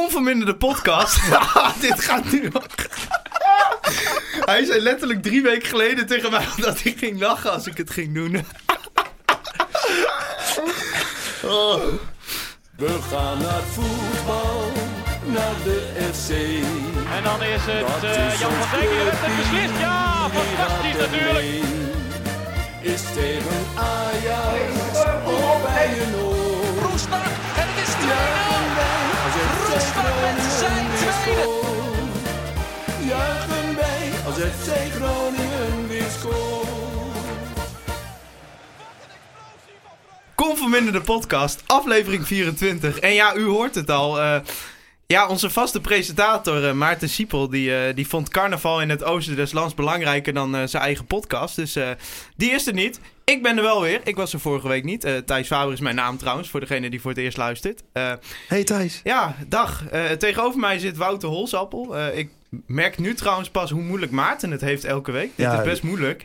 Conforminder de podcast. Dit gaat nu... Hij zei letterlijk 3 weken geleden tegen mij dat hij ging lachen als ik het ging doen. Oh. We gaan naar voetbal, naar de FC. En dan is het Jan van Dijk die het beslist. Ja, fantastisch natuurlijk. Is tegen Ajax of bij een oor. Roestak en het is 2-0. Roestak met zijn tweede. Juichen wij als FC Groningen weer scoort. Conforminder de podcast, aflevering 24. En ja, u hoort het al. Onze vaste presentator Maarten Siepel, die vond carnaval in het oosten des lands belangrijker dan zijn eigen podcast. Dus die is er niet. Ik ben er wel weer. Ik was er vorige week niet. Thijs Faber is mijn naam trouwens, voor degene die voor het eerst luistert. Hey Thijs. Ja, dag. Tegenover mij zit Wouter Holsappel. Ik merk nu trouwens pas hoe moeilijk Maarten het heeft elke week. Dit is best moeilijk.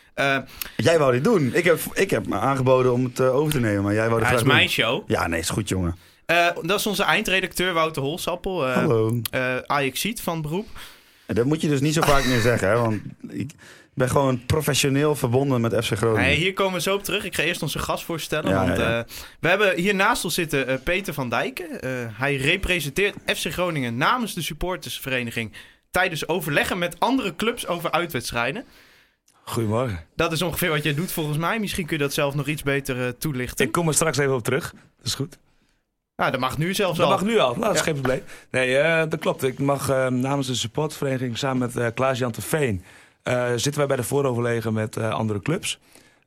Jij wou dit doen. Ik heb me aangeboden om het over te nemen, maar jij wou dit Het graag is doen. mijn show. Ja, nee, is goed, jongen. Dat is onze eindredacteur Wouter Holsappel. Hallo. Ajaxiet van beroep. Dat moet je dus niet zo vaak meer zeggen, hè? Want ik ben gewoon professioneel verbonden met FC Groningen. Nee, hier komen we zo op terug. Ik ga eerst onze gast voorstellen. Ja, want ja. we hebben hier naast ons zitten Peter van Dijken. Hij representeert FC Groningen namens de supportersvereniging tijdens overleggen met andere clubs over uitwedstrijden. Goedemorgen. Dat is ongeveer wat jij doet volgens mij. Misschien kun je dat zelf nog iets beter toelichten. Ik kom er straks even op terug. Dat is goed. Nou, dat mag nu zelfs Dat al. mag nu al. Nou, dat is geen probleem. Nee, dat klopt. Ik mag namens de supportvereniging samen met Klaas-Jan de Veen zitten wij bij de vooroverlegen met andere clubs.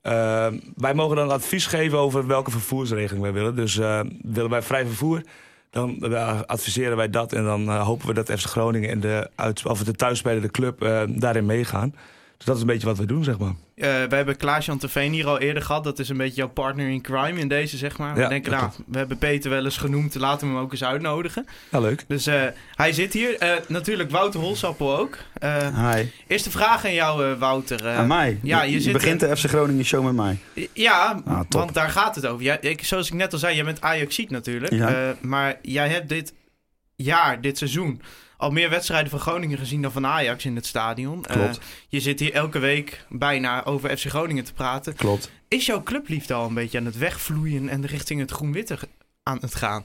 Wij mogen dan advies geven over welke vervoersregeling wij willen. Dus willen wij vrij vervoer, dan adviseren wij dat. En dan hopen we dat FC Groningen en de thuisspelende club daarin meegaan. Dus dat is een beetje wat we doen, zeg maar. We hebben Klaas-Jan Terveen hier al eerder gehad. Dat is een beetje jouw partner in crime in deze, zeg maar. Ja, We denken, we hebben Peter wel eens genoemd. Laten we hem ook eens uitnodigen. Ja, leuk. Dus hij zit hier. Natuurlijk Wouter Holsappel ook. Hi. Eerste vraag aan jou, Wouter. Aan mij? Ja, je begint de FC Groningen show met mij. Ja, top. want daar gaat het over. Zoals ik net al zei, jij bent Ajaxiet natuurlijk. Ja. Maar jij hebt dit seizoen al meer wedstrijden van Groningen gezien dan van Ajax in het stadion. Klopt. Je zit hier elke week bijna over FC Groningen te praten. Klopt. Is jouw clubliefde al een beetje aan het wegvloeien en richting het groen-witte aan het gaan?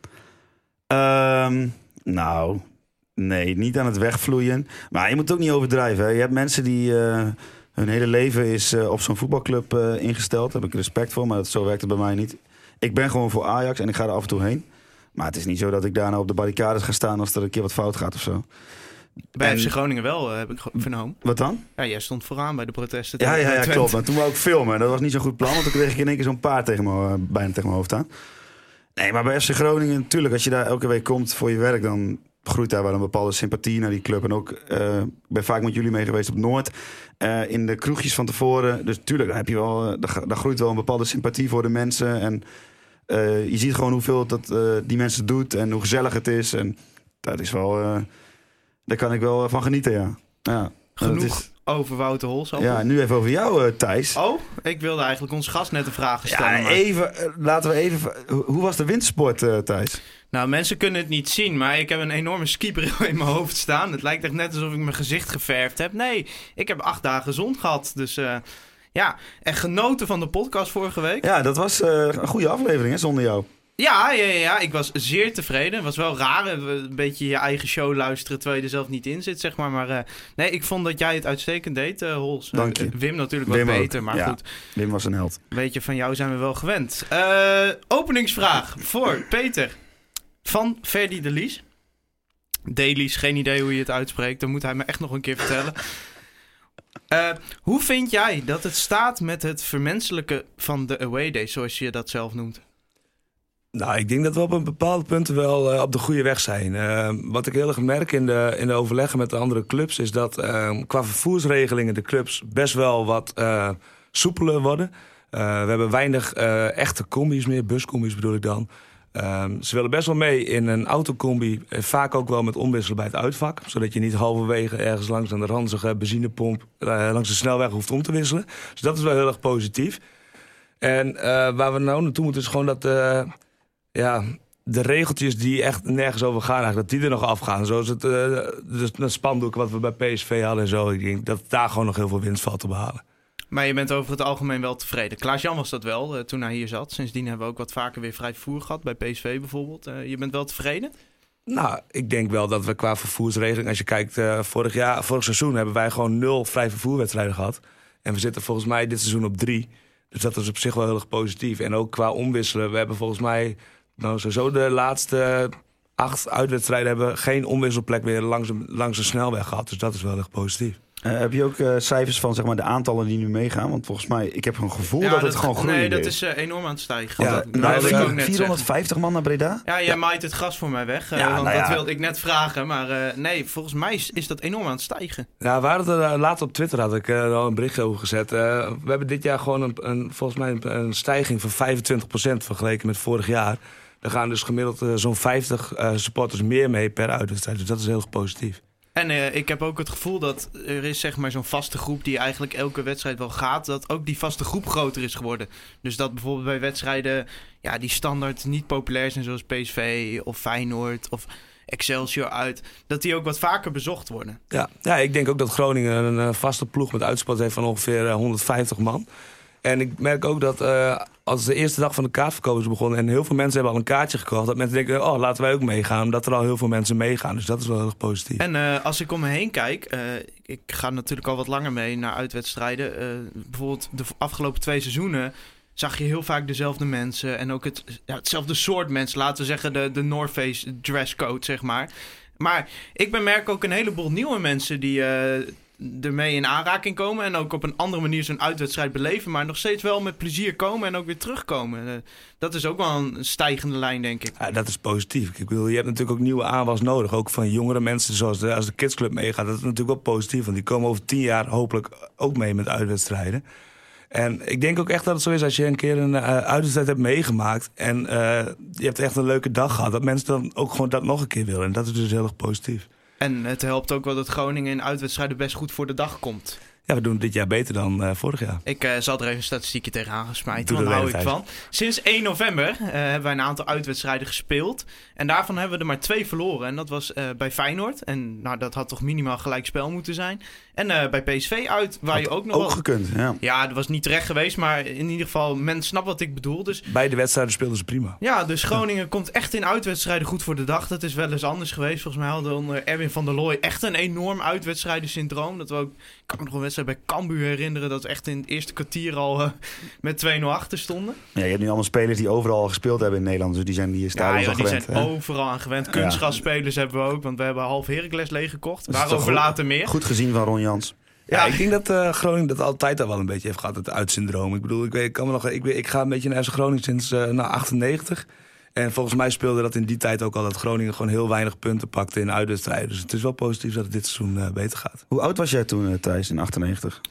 Nou, nee, niet aan het wegvloeien. Maar je moet het ook niet overdrijven. Hè. Je hebt mensen die hun hele leven is op zo'n voetbalclub ingesteld. Daar heb ik respect voor, maar zo werkt het bij mij niet. Ik ben gewoon voor Ajax en ik ga er af en toe heen. Maar het is niet zo dat ik daarna op de barricades ga staan als er een keer wat fout gaat of zo. Bij FC Groningen wel, heb ik vernomen. Wat dan? Ja, jij stond vooraan bij de protesten. Ja, klopt. Maar toen wou ik filmen. Dat was niet zo'n goed plan, want toen kreeg ik in één keer zo'n paard bijna tegen mijn hoofd aan. Nee, maar bij FC Groningen, natuurlijk, als je daar elke week komt voor je werk, dan groeit daar wel een bepaalde sympathie naar die club. En ook, ik ben vaak met jullie mee geweest op Noord, in de kroegjes van tevoren. Dus natuurlijk, dan heb je wel, daar groeit wel een bepaalde sympathie voor de mensen. En je ziet gewoon hoeveel dat die mensen doet en hoe gezellig het is. En dat is wel, daar kan ik wel van genieten, ja. Genoeg over Wouter Holsappel. Ja, nu even over jou, Thijs. Oh, ik wilde eigenlijk ons gast net een vraag stellen. Ja, maar... even, laten we even... Hoe was de wintersport, Thijs? Nou, mensen kunnen het niet zien, maar ik heb een enorme skibril in mijn hoofd staan. Het lijkt echt net alsof ik mijn gezicht geverfd heb. Nee, ik heb 8 dagen zon gehad, dus... en genoten van de podcast vorige week. Ja, dat was een goede aflevering, hè, zonder jou. Ja, ik was zeer tevreden. Het was wel raar, een beetje je eigen show luisteren terwijl je er zelf niet in zit, zeg maar. Maar nee, ik vond dat jij het uitstekend deed, Hols. Dank je. Wim natuurlijk wat beter, ook. maar ja, goed. Wim was een held. Weet je, van jou zijn we wel gewend. Openingsvraag voor Peter van Ferdy de Lies. Delies, geen idee hoe je het uitspreekt. Dan moet hij me echt nog een keer vertellen. Hoe vind jij dat het staat met het vermenselijken van de away day, zoals je dat zelf noemt? Nou, ik denk dat we op een bepaald punt wel op de goede weg zijn. Wat ik heel erg merk in de overleggen met de andere clubs is dat qua vervoersregelingen de clubs best wel wat soepeler worden. We hebben weinig echte combi's meer, buscombi's bedoel ik dan. Ze willen best wel mee in een autocombi, vaak ook wel met omwisselen bij het uitvak. Zodat je niet halverwege ergens langs aan de ranzige benzinepomp langs de snelweg hoeft om te wisselen. Dus dat is wel heel erg positief. En waar we nou naartoe moeten is gewoon dat de regeltjes die echt nergens over gaan, eigenlijk, dat die er nog afgaan. Zoals het spandoek wat we bij PSV hadden en zo. Ik denk dat daar gewoon nog heel veel winst valt te behalen. Maar je bent over het algemeen wel tevreden. Klaas-Jan was dat wel toen hij hier zat. Sindsdien hebben we ook wat vaker weer vrij vervoer gehad. Bij PSV bijvoorbeeld. Je bent wel tevreden? Nou, ik denk wel dat we qua vervoersregeling... Als je kijkt, vorig seizoen hebben wij gewoon 0 vrij vervoerwedstrijden gehad. En we zitten volgens mij dit seizoen op 3. Dus dat is op zich wel heel erg positief. En ook qua omwisselen. We hebben volgens mij sowieso de laatste 8 uitwedstrijden... hebben geen omwisselplek meer langs de snelweg gehad. Dus dat is wel erg positief. Heb je ook cijfers van zeg maar, de aantallen die nu meegaan? Want volgens mij, ik heb een gevoel dat het gewoon groeit. Nee, dat is enorm aan het stijgen. Ja, dat wil ik ook net 450 zeggen. man naar Breda? Ja, jij maait het gras voor mij weg. Dat wilde ik net vragen. Maar nee, volgens mij is dat enorm aan het stijgen. Ja, later op Twitter had ik al een bericht over gezet. We hebben dit jaar gewoon volgens mij een stijging van 25% vergeleken met vorig jaar. Er gaan dus gemiddeld zo'n 50 supporters meer mee per uitwedstrijd. Dus dat is heel erg positief. En ik heb ook het gevoel dat er is zeg maar zo'n vaste groep die eigenlijk elke wedstrijd wel gaat. Dat ook die vaste groep groter is geworden. Dus dat bijvoorbeeld bij wedstrijden die standaard niet populair zijn zoals PSV of Feyenoord of Excelsior uit. Dat die ook wat vaker bezocht worden. Ja, ik denk ook dat Groningen een vaste ploeg met uitspot heeft van ongeveer 150 man. En ik merk ook dat als de eerste dag van de kaartverkoop is begonnen... en heel veel mensen hebben al een kaartje gekocht... dat mensen denken, laten wij ook meegaan. Omdat er al heel veel mensen meegaan. Dus dat is wel heel erg positief. En als ik om me heen kijk... ik ga natuurlijk al wat langer mee naar uitwedstrijden. Bijvoorbeeld de afgelopen 2 seizoenen... zag je heel vaak dezelfde mensen. En ook hetzelfde soort mensen. Laten we zeggen de North Face dresscode, zeg maar. Maar ik merk ook een heleboel nieuwe mensen... die ermee in aanraking komen en ook op een andere manier zo'n uitwedstrijd beleven, maar nog steeds wel met plezier komen en ook weer terugkomen. Dat is ook wel een stijgende lijn, denk ik. Ja, dat is positief. Ik bedoel, je hebt natuurlijk ook nieuwe aanwas nodig, ook van jongere mensen, zoals als de Kidsclub meegaat. Dat is natuurlijk wel positief, want die komen over 10 jaar hopelijk ook mee met uitwedstrijden. En ik denk ook echt dat het zo is als je een keer een uitwedstrijd hebt meegemaakt en je hebt echt een leuke dag gehad, dat mensen dan ook gewoon dat nog een keer willen. En dat is dus heel erg positief. En het helpt ook wel dat Groningen in uitwedstrijden best goed voor de dag komt. Ja, we doen het dit jaar beter dan vorig jaar. Ik zal er even een statistiekje tegenaan gesmijten, want daar hou ik van. Sinds 1 november hebben wij een aantal uitwedstrijden gespeeld. En daarvan hebben we er maar 2 verloren. En dat was bij Feyenoord. En dat had toch minimaal gelijkspel moeten zijn. En bij PSV uit, waar had je ook nog ook gekund, ja. Ja, dat was niet terecht geweest, maar in ieder geval, men snapt wat ik bedoel. Dus beide wedstrijden speelden ze prima. Ja, dus Groningen komt echt in uitwedstrijden goed voor de dag. Dat is wel eens anders geweest. Volgens mij hadden we onder Erwin van der Looy echt een enorm uitwedstrijdensyndroom. Dat we ook, ik kan me nog een wedstrijd bij Cambuur herinneren, dat we echt in het eerste kwartier al met 2-0 achter stonden. Ja, je hebt nu allemaal spelers die overal al gespeeld hebben in Nederland, dus die zijn die stadions al gewend. Die zijn overal aan gewend. Kunstgrasspelers hebben we ook, want we hebben half Heracles leeggekocht. Waarover later meer. Goed gezien van Ron Jans. Ja, ik denk dat Groningen dat altijd al wel een beetje heeft gehad, het uitsyndroom. Ik bedoel, ik ga een beetje naar FC Groningen sinds 98. En volgens mij speelde dat in die tijd ook al dat Groningen gewoon heel weinig punten pakte in uitwedstrijden. Dus het is wel positief dat het dit seizoen beter gaat. Hoe oud was jij toen, Thijs, in 98?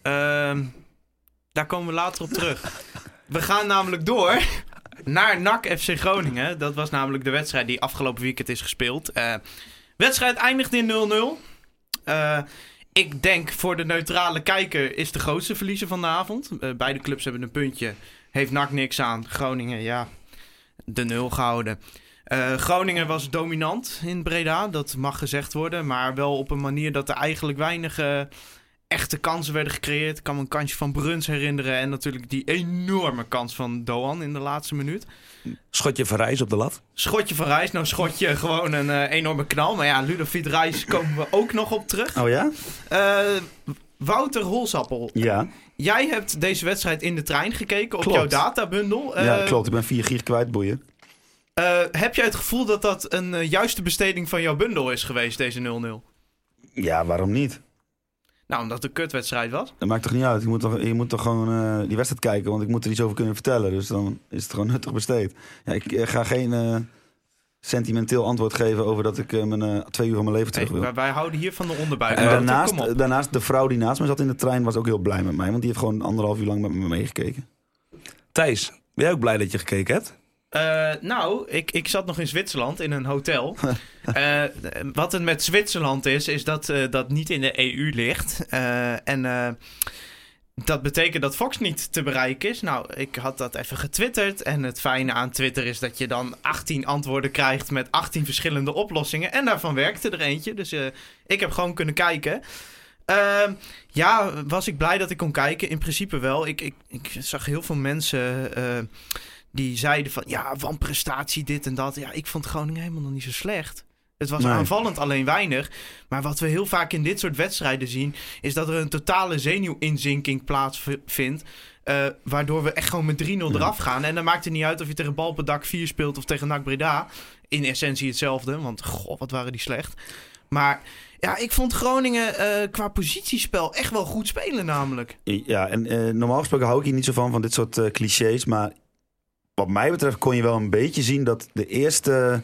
Daar komen we later op terug. We gaan namelijk door naar NAC FC Groningen. Dat was namelijk de wedstrijd die afgelopen weekend is gespeeld. Wedstrijd eindigde in 0-0. Ik denk voor de neutrale kijker is de grootste verliezer van de avond. Beide clubs hebben een puntje. Heeft NAC niks aan. Groningen, de 0 gehouden. Groningen was dominant in Breda. Dat mag gezegd worden. Maar wel op een manier dat er eigenlijk weinig echte kansen werden gecreëerd. Ik kan me een kansje van Bruns herinneren. En natuurlijk die enorme kans van Doan in de laatste minuut. Schotje van Rijs op de lat. Schotje van Rijs. Nou, schotje gewoon een enorme knal. Maar ja, Ludovic Rijs komen we ook nog op terug. Oh ja? Wouter Holsappel. Ja. Jij hebt deze wedstrijd in de trein gekeken op jouw databundel. Ja, klopt. Ik ben 4 gig kwijt, boeien. Heb jij het gevoel dat dat een juiste besteding van jouw bundel is geweest, deze 0-0? Ja, waarom niet? Nou, omdat het een kutwedstrijd was. Dat maakt toch niet uit? Je moet toch gewoon die wedstrijd kijken, want ik moet er iets over kunnen vertellen. Dus dan is het gewoon nuttig besteed. Ja, ik ga geen sentimenteel antwoord geven over dat ik mijn 2 uur van mijn leven terug wil. Wij houden hier van de onderbuik. En daarnaast, de vrouw die naast me zat in de trein was ook heel blij met mij. Want die heeft gewoon 1,5 uur lang met me meegekeken. Thijs, ben jij ook blij dat je gekeken hebt? Ik zat nog in Zwitserland in een hotel. Wat het met Zwitserland is dat dat niet in de EU ligt. dat betekent dat Fox niet te bereiken is. Nou, ik had dat even getwitterd. En het fijne aan Twitter is dat je dan 18 antwoorden krijgt met 18 verschillende oplossingen. En daarvan werkte er eentje. Dus ik heb gewoon kunnen kijken. Was ik blij dat ik kon kijken? In principe wel. Ik zag heel veel mensen die zeiden van... Ja, wanprestatie, dit en dat. Ja, ik vond Groningen helemaal nog niet zo slecht. Het was aanvallend alleen weinig. Maar wat we heel vaak in dit soort wedstrijden zien... is dat er een totale zenuwinzinking plaatsvindt. Waardoor we echt gewoon met 3-0 eraf gaan. En dan maakt het niet uit of je tegen Bal op het dak 4 speelt... of tegen NAC Breda. In essentie hetzelfde. Want wat waren die slecht. Maar ja, ik vond Groningen qua positiespel echt wel goed spelen namelijk. Ja, en normaal gesproken hou ik hier niet zo van dit soort clichés. Maar wat mij betreft kon je wel een beetje zien... dat de eerste...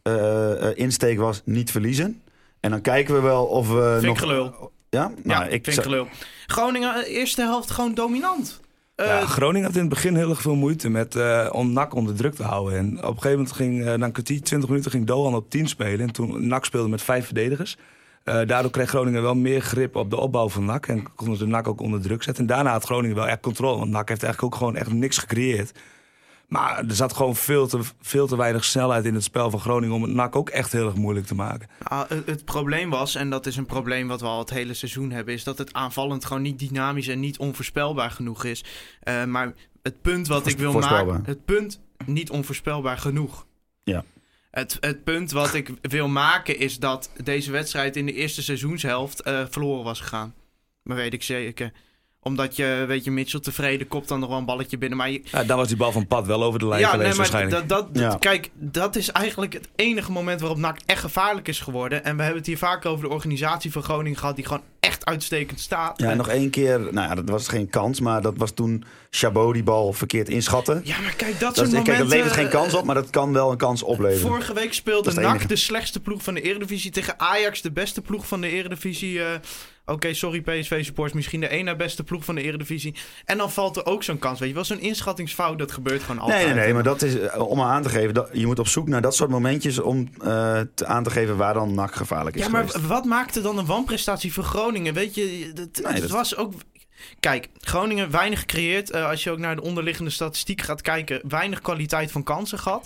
insteek was niet verliezen. En dan kijken we wel of we vind ik gelul. Ja? Nou, ik vind gelul. Groningen, eerste helft gewoon dominant. Groningen had in het begin heel erg veel moeite met om NAC onder druk te houden. En op een gegeven moment ging, na een kwartier, 20 minuten, ging Doan op 10 spelen. En toen NAC speelde met 5 verdedigers. Daardoor kreeg Groningen wel meer grip op de opbouw van NAC. En konden ze NAC ook onder druk zetten. En daarna had Groningen wel echt controle. Want NAC heeft eigenlijk ook gewoon echt niks gecreëerd. Maar er zat gewoon veel te weinig snelheid in het spel van Groningen... om het NAC ook echt heel erg moeilijk te maken. Het probleem was, en dat is een probleem wat we al het hele seizoen hebben... is dat het aanvallend gewoon niet dynamisch en niet onvoorspelbaar genoeg is. Maar het punt wat ik wil maken... Het punt niet onvoorspelbaar genoeg. Ja. Het punt wat ik wil maken is dat deze wedstrijd... in de eerste seizoenshelft verloren was gegaan. Maar weet ik zeker... Omdat je, Mitchell tevreden kopt dan nog wel een balletje binnen. Maar dan was die bal van Pat wel over de lijn geweest waarschijnlijk. Kijk, dat is eigenlijk het enige moment waarop NAC echt gevaarlijk is geworden. En we hebben het hier vaak over de organisatie van Groningen gehad... die gewoon echt uitstekend staat. Ja, en nog één keer, dat was geen kans... maar dat was toen Chabot die bal verkeerd inschatte. Ja, maar kijk, dat soort momenten... Kijk, dat levert geen kans op, maar dat kan wel een kans opleveren. Vorige week speelde NAC de slechtste ploeg van de Eredivisie... tegen Ajax, de beste ploeg van de Eredivisie... Oké, sorry PSV-supporters, misschien de één na beste ploeg van de Eredivisie. En dan valt er ook zo'n kans, weet je wel. Zo'n inschattingsfout, dat gebeurt gewoon altijd. Nee, maar dat is om aan te geven. Je moet op zoek naar dat soort momentjes om aan te geven waar dan NAC gevaarlijk is geweest. Maar wat maakte dan een wanprestatie voor Groningen? Weet je, het was ook... Kijk, Groningen weinig gecreëerd. Als je ook naar de onderliggende statistiek gaat kijken... weinig kwaliteit van kansen gehad.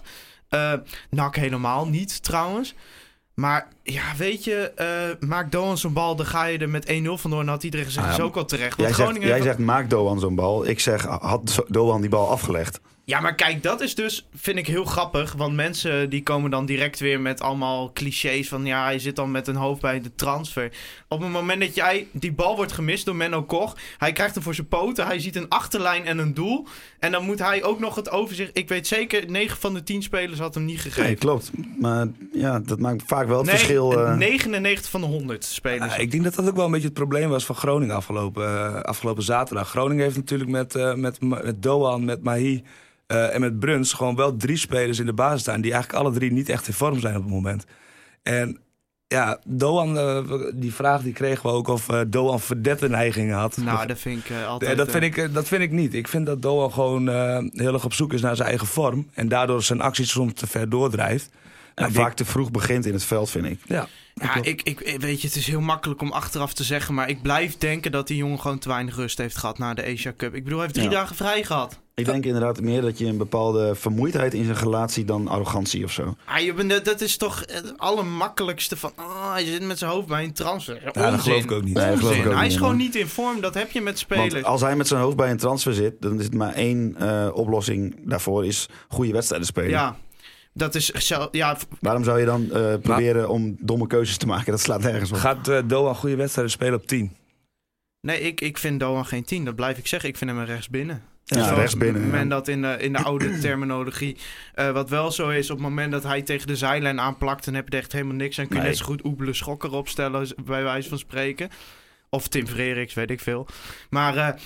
NAC helemaal niet, trouwens. Maar ja, weet je, maak Doan zo'n bal, dan ga je er met 1-0 vandoor. En had iedereen gezegd, is ook al terecht. Jij zegt, maak Doan zo'n bal. Ik zeg, had Doan die bal afgelegd? Ja, maar kijk, dat is dus, vind ik heel grappig. Want mensen die komen dan direct weer met allemaal clichés van... ja, je zit dan met een hoofd bij de transfer. Op het moment dat die bal wordt gemist door Menno Koch... hij krijgt hem voor zijn poten, hij ziet een achterlijn en een doel... en dan moet hij ook nog het overzicht... Ik weet zeker, 9 van de 10 spelers had hem niet gegeven. Nee, klopt. Maar ja, dat maakt vaak wel het verschil... 99 van de 100 spelers. Ik denk dat dat ook wel een beetje het probleem was van Groningen afgelopen zaterdag. Groningen heeft natuurlijk met Doan, met Mahi... en met Bruns gewoon wel 3 spelers in de basis staan... die eigenlijk alle 3 niet echt in vorm zijn op het moment. En ja, Doan, die vraag die kregen we ook of Doan verdette-neigingen had. Nou, dat vind ik altijd... Dat vind ik niet. Ik vind dat Doan gewoon heel erg op zoek is naar zijn eigen vorm... en daardoor zijn acties soms te ver doordrijft. En vaak te vroeg begint in het veld, vind ik. Ja, ik weet je, het is heel makkelijk om achteraf te zeggen... maar ik blijf denken dat die jongen gewoon te weinig rust heeft gehad na de Asia Cup. Ik bedoel, hij heeft 3 dagen vrij gehad. Ik denk inderdaad meer dat je een bepaalde vermoeidheid in zijn relatie dan arrogantie of zo. Dat is toch het allermakkelijkste van... hij zit met zijn hoofd bij een transfer. Ja, dat geloof ik ook niet. Nee, hij is gewoon niet in vorm, dat heb je met spelers. Want als hij met zijn hoofd bij een transfer zit... dan is het maar 1 oplossing daarvoor, is goede wedstrijden spelen. Ja. Dat is Waarom zou je dan proberen om domme keuzes te maken? Dat slaat nergens op. Gaat Doan goede wedstrijden spelen op 10? Nee, ik vind Doan geen 10. Dat blijf ik zeggen. Ik vind hem een rechtsbinnen. Ja, rechtsbinnen. Op het moment dat in de oude terminologie... wat wel zo is, op het moment dat hij tegen de zijlijn aanplakt... dan heb je echt helemaal niks. En kun je net zo goed Oebele Schokker opstellen, bij wijze van spreken. Of Tim Freriks, weet ik veel. Maar...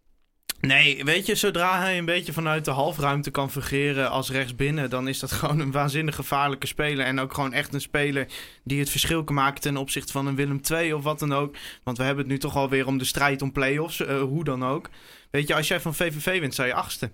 nee, weet je, zodra hij een beetje vanuit de halfruimte kan fungeren als rechtsbinnen... dan is dat gewoon een waanzinnig gevaarlijke speler. En ook gewoon echt een speler die het verschil kan maken ten opzichte van een Willem II of wat dan ook. Want we hebben het nu toch alweer om de strijd om play-offs, hoe dan ook. Weet je, als jij van VVV wint, sta je 8e.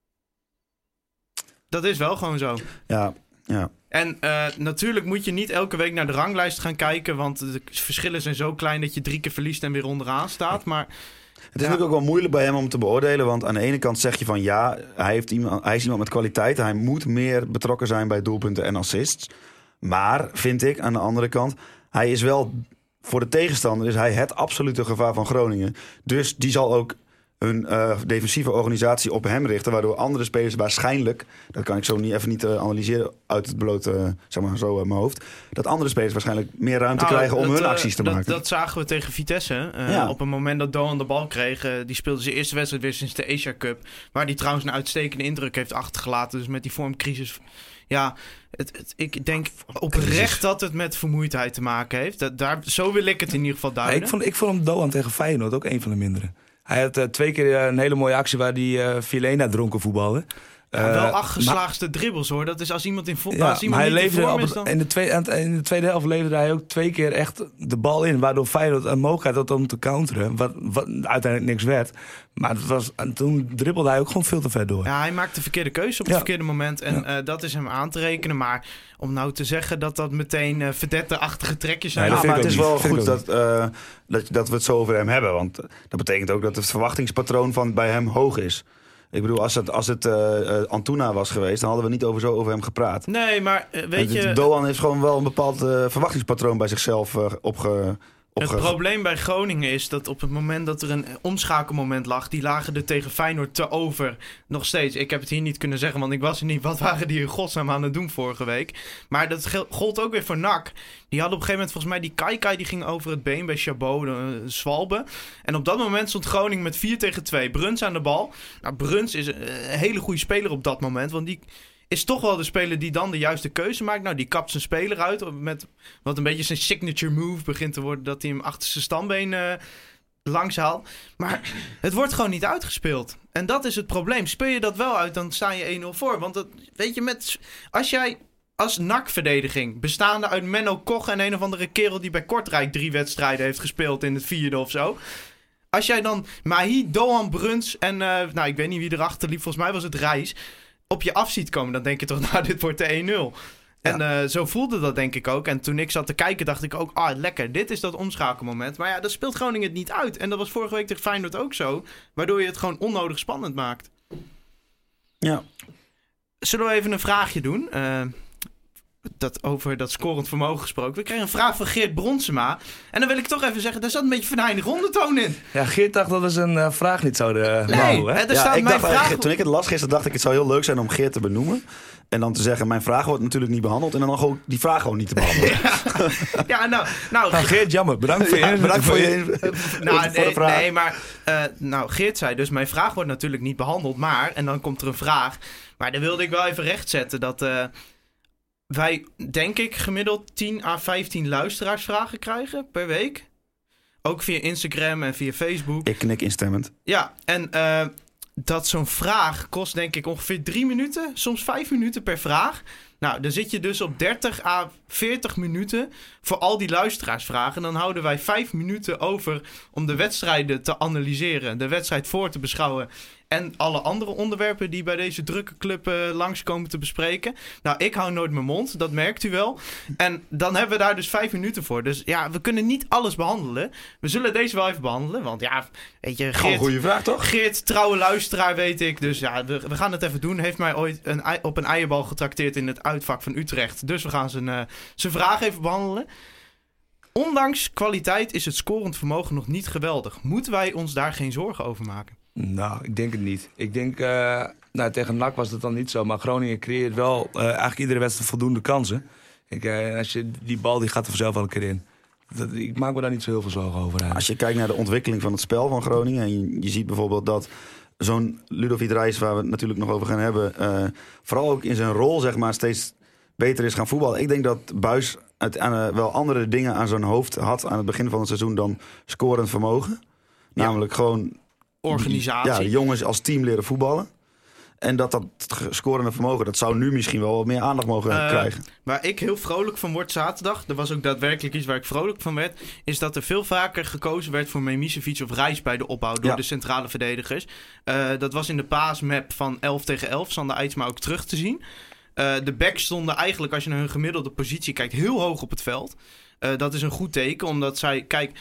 Dat is wel gewoon zo. Ja. En natuurlijk moet je niet elke week naar de ranglijst gaan kijken... want de verschillen zijn zo klein dat je 3 keer verliest en weer onderaan staat. Maar Het is natuurlijk ook wel moeilijk bij hem om te beoordelen. Want aan de ene kant zeg je van ja, hij is iemand met kwaliteiten. Hij moet meer betrokken zijn bij doelpunten en assists. Maar, vind ik, aan de andere kant, hij is wel, voor de tegenstander is hij het absolute gevaar van Groningen. Dus die zal ook hun defensieve organisatie op hem richten. Waardoor andere spelers waarschijnlijk, dat kan ik zo even niet analyseren uit het blote, zeg maar zo uit mijn hoofd. Dat andere spelers waarschijnlijk meer ruimte krijgen om hun acties te maken. Dat zagen we tegen Vitesse. Op het moment dat Doan de bal kreeg, die speelde zijn eerste wedstrijd weer sinds de Asia Cup. Waar hij trouwens een uitstekende indruk heeft achtergelaten. Dus met die vormcrisis. Ja, ik denk oprecht dat het met vermoeidheid te maken heeft. Zo wil ik het in ieder geval duiden. Ik vond hem Doan tegen Feyenoord ook een van de mindere. Hij had 2 keer een hele mooie actie waar hij Vilena dronken voetbalde. Wel 8 geslaagde dribbles hoor. Dat is als iemand in vorm is. Maar hij leverde in de tweede helft leverde hij ook 2 keer echt de bal in. Waardoor Feyenoord een mogelijkheid had om te counteren. Wat uiteindelijk niks werd. Maar toen dribbelde hij ook gewoon veel te ver door. Ja, hij maakte de verkeerde keuze op het verkeerde moment. En dat is hem aan te rekenen. Maar om nou te zeggen dat meteen verdette-achtige trekjes zijn. Maar het is wel goed dat we het zo over hem hebben. Want dat betekent ook dat het verwachtingspatroon bij hem hoog is. Ik bedoel, als het Antuna was geweest, dan hadden we niet zo over hem gepraat. Nee, maar weet je... Doan heeft gewoon wel een bepaald verwachtingspatroon bij zichzelf Het probleem bij Groningen is dat op het moment dat er een omschakelmoment lag, die lagen er tegen Feyenoord te over. Nog steeds. Ik heb het hier niet kunnen zeggen, want ik was er niet. Wat waren die in godsnaam aan het doen vorige week? Maar dat gold ook weer voor NAC. Die hadden op een gegeven moment volgens mij die Kaikai, die ging over het been bij Chabot, Zwalbe. En op dat moment stond Groningen met 4-2. Bruns aan de bal. Nou, Bruns is een hele goede speler op dat moment, want die is toch wel de speler die dan de juiste keuze maakt. Nou, die kapt zijn speler uit met wat een beetje zijn signature move begint te worden, dat hij hem achter zijn stambeen langs haalt. Maar het wordt gewoon niet uitgespeeld. En dat is het probleem. Speel je dat wel uit, dan sta je 1-0 voor. Want weet je, als jij als NAC-verdediging, bestaande uit Menno Koch en een of andere kerel die bij Kortrijk 3 wedstrijden heeft gespeeld in het 4e of zo. Als jij dan Mahi, Doan, Bruns en ik weet niet wie erachter liep, volgens mij was het Reis, op je af ziet komen, dan denk je toch, nou, dit wordt de 1-0. En zo voelde dat denk ik ook. En toen ik zat te kijken, dacht ik ook, lekker, dit is dat omschakelmoment. Maar ja, dat speelt Groningen het niet uit. En dat was vorige week tegen Feyenoord ook zo. Waardoor je het gewoon onnodig spannend maakt. Ja. Zullen we even een vraagje doen? Over dat scorend vermogen gesproken. We kregen een vraag van Geert Bronsema. En dan wil ik toch even zeggen, daar zat een beetje venijnige ondertoon in. Ja, Geert dacht dat we zijn vraag niet zouden behandelen. Nee, toen ik het las gisteren, dacht ik, het zou heel leuk zijn om Geert te benoemen. En dan te zeggen, mijn vraag wordt natuurlijk niet behandeld. En dan gewoon die vraag gewoon niet te behandelen. Nou, Geert, jammer. Bedankt voor je vraag. Nee, maar Geert zei dus, mijn vraag wordt natuurlijk niet behandeld. Maar, en dan komt er een vraag. Maar daar wilde ik wel even rechtzetten dat wij, denk ik, gemiddeld 10 à 15 luisteraarsvragen krijgen per week. Ook via Instagram en via Facebook. Ik knik instemmend. Ja, en dat zo'n vraag kost denk ik ongeveer 3 minuten, soms 5 minuten per vraag. Nou, dan zit je dus op 30 à 40 minuten voor al die luisteraarsvragen. Dan houden wij 5 minuten over om de wedstrijden te analyseren, de wedstrijd voor te beschouwen en alle andere onderwerpen die bij deze drukke club langskomen te bespreken. Nou, ik hou nooit mijn mond, dat merkt u wel. En dan hebben we daar dus 5 minuten voor. Dus ja, we kunnen niet alles behandelen. We zullen deze wel even behandelen, want ja, weet je, Geert, goede vraag toch? Geert, trouwe luisteraar, weet ik. Dus ja, we gaan het even doen. Heeft mij ooit op een eierbal getrakteerd in het uitvak van Utrecht. Dus we gaan zijn vraag even behandelen. Ondanks kwaliteit is het scorend vermogen nog niet geweldig. Moeten wij ons daar geen zorgen over maken? Nou, ik denk het niet. Ik denk, tegen NAC was het dan niet zo. Maar Groningen creëert wel eigenlijk iedere wedstrijd voldoende kansen. Als je die bal die gaat er vanzelf wel een keer in. Ik maak me daar niet zo heel veel zorgen over. Eigenlijk. Als je kijkt naar de ontwikkeling van het spel van Groningen, en je ziet bijvoorbeeld dat zo'n Ludovic Reis, waar we het natuurlijk nog over gaan hebben, vooral ook in zijn rol zeg maar steeds beter is gaan voetballen. Ik denk dat Buijs wel andere dingen aan zijn hoofd had aan het begin van het seizoen dan scorend vermogen. Ja. Namelijk gewoon organisatie. De jongens als team leren voetballen. En dat scorende vermogen, dat zou nu misschien wel wat meer aandacht mogen krijgen. Waar ik heel vrolijk van word zaterdag, dat was ook daadwerkelijk iets waar ik vrolijk van werd, is dat er veel vaker gekozen werd voor Memisevic of Reis bij de opbouw door de centrale verdedigers. Dat was in de paasmap van 11 tegen 11, Sander Eidsma ook terug te zien. De backs stonden eigenlijk, als je naar hun gemiddelde positie kijkt, heel hoog op het veld. Dat is een goed teken, omdat zij... Kijk,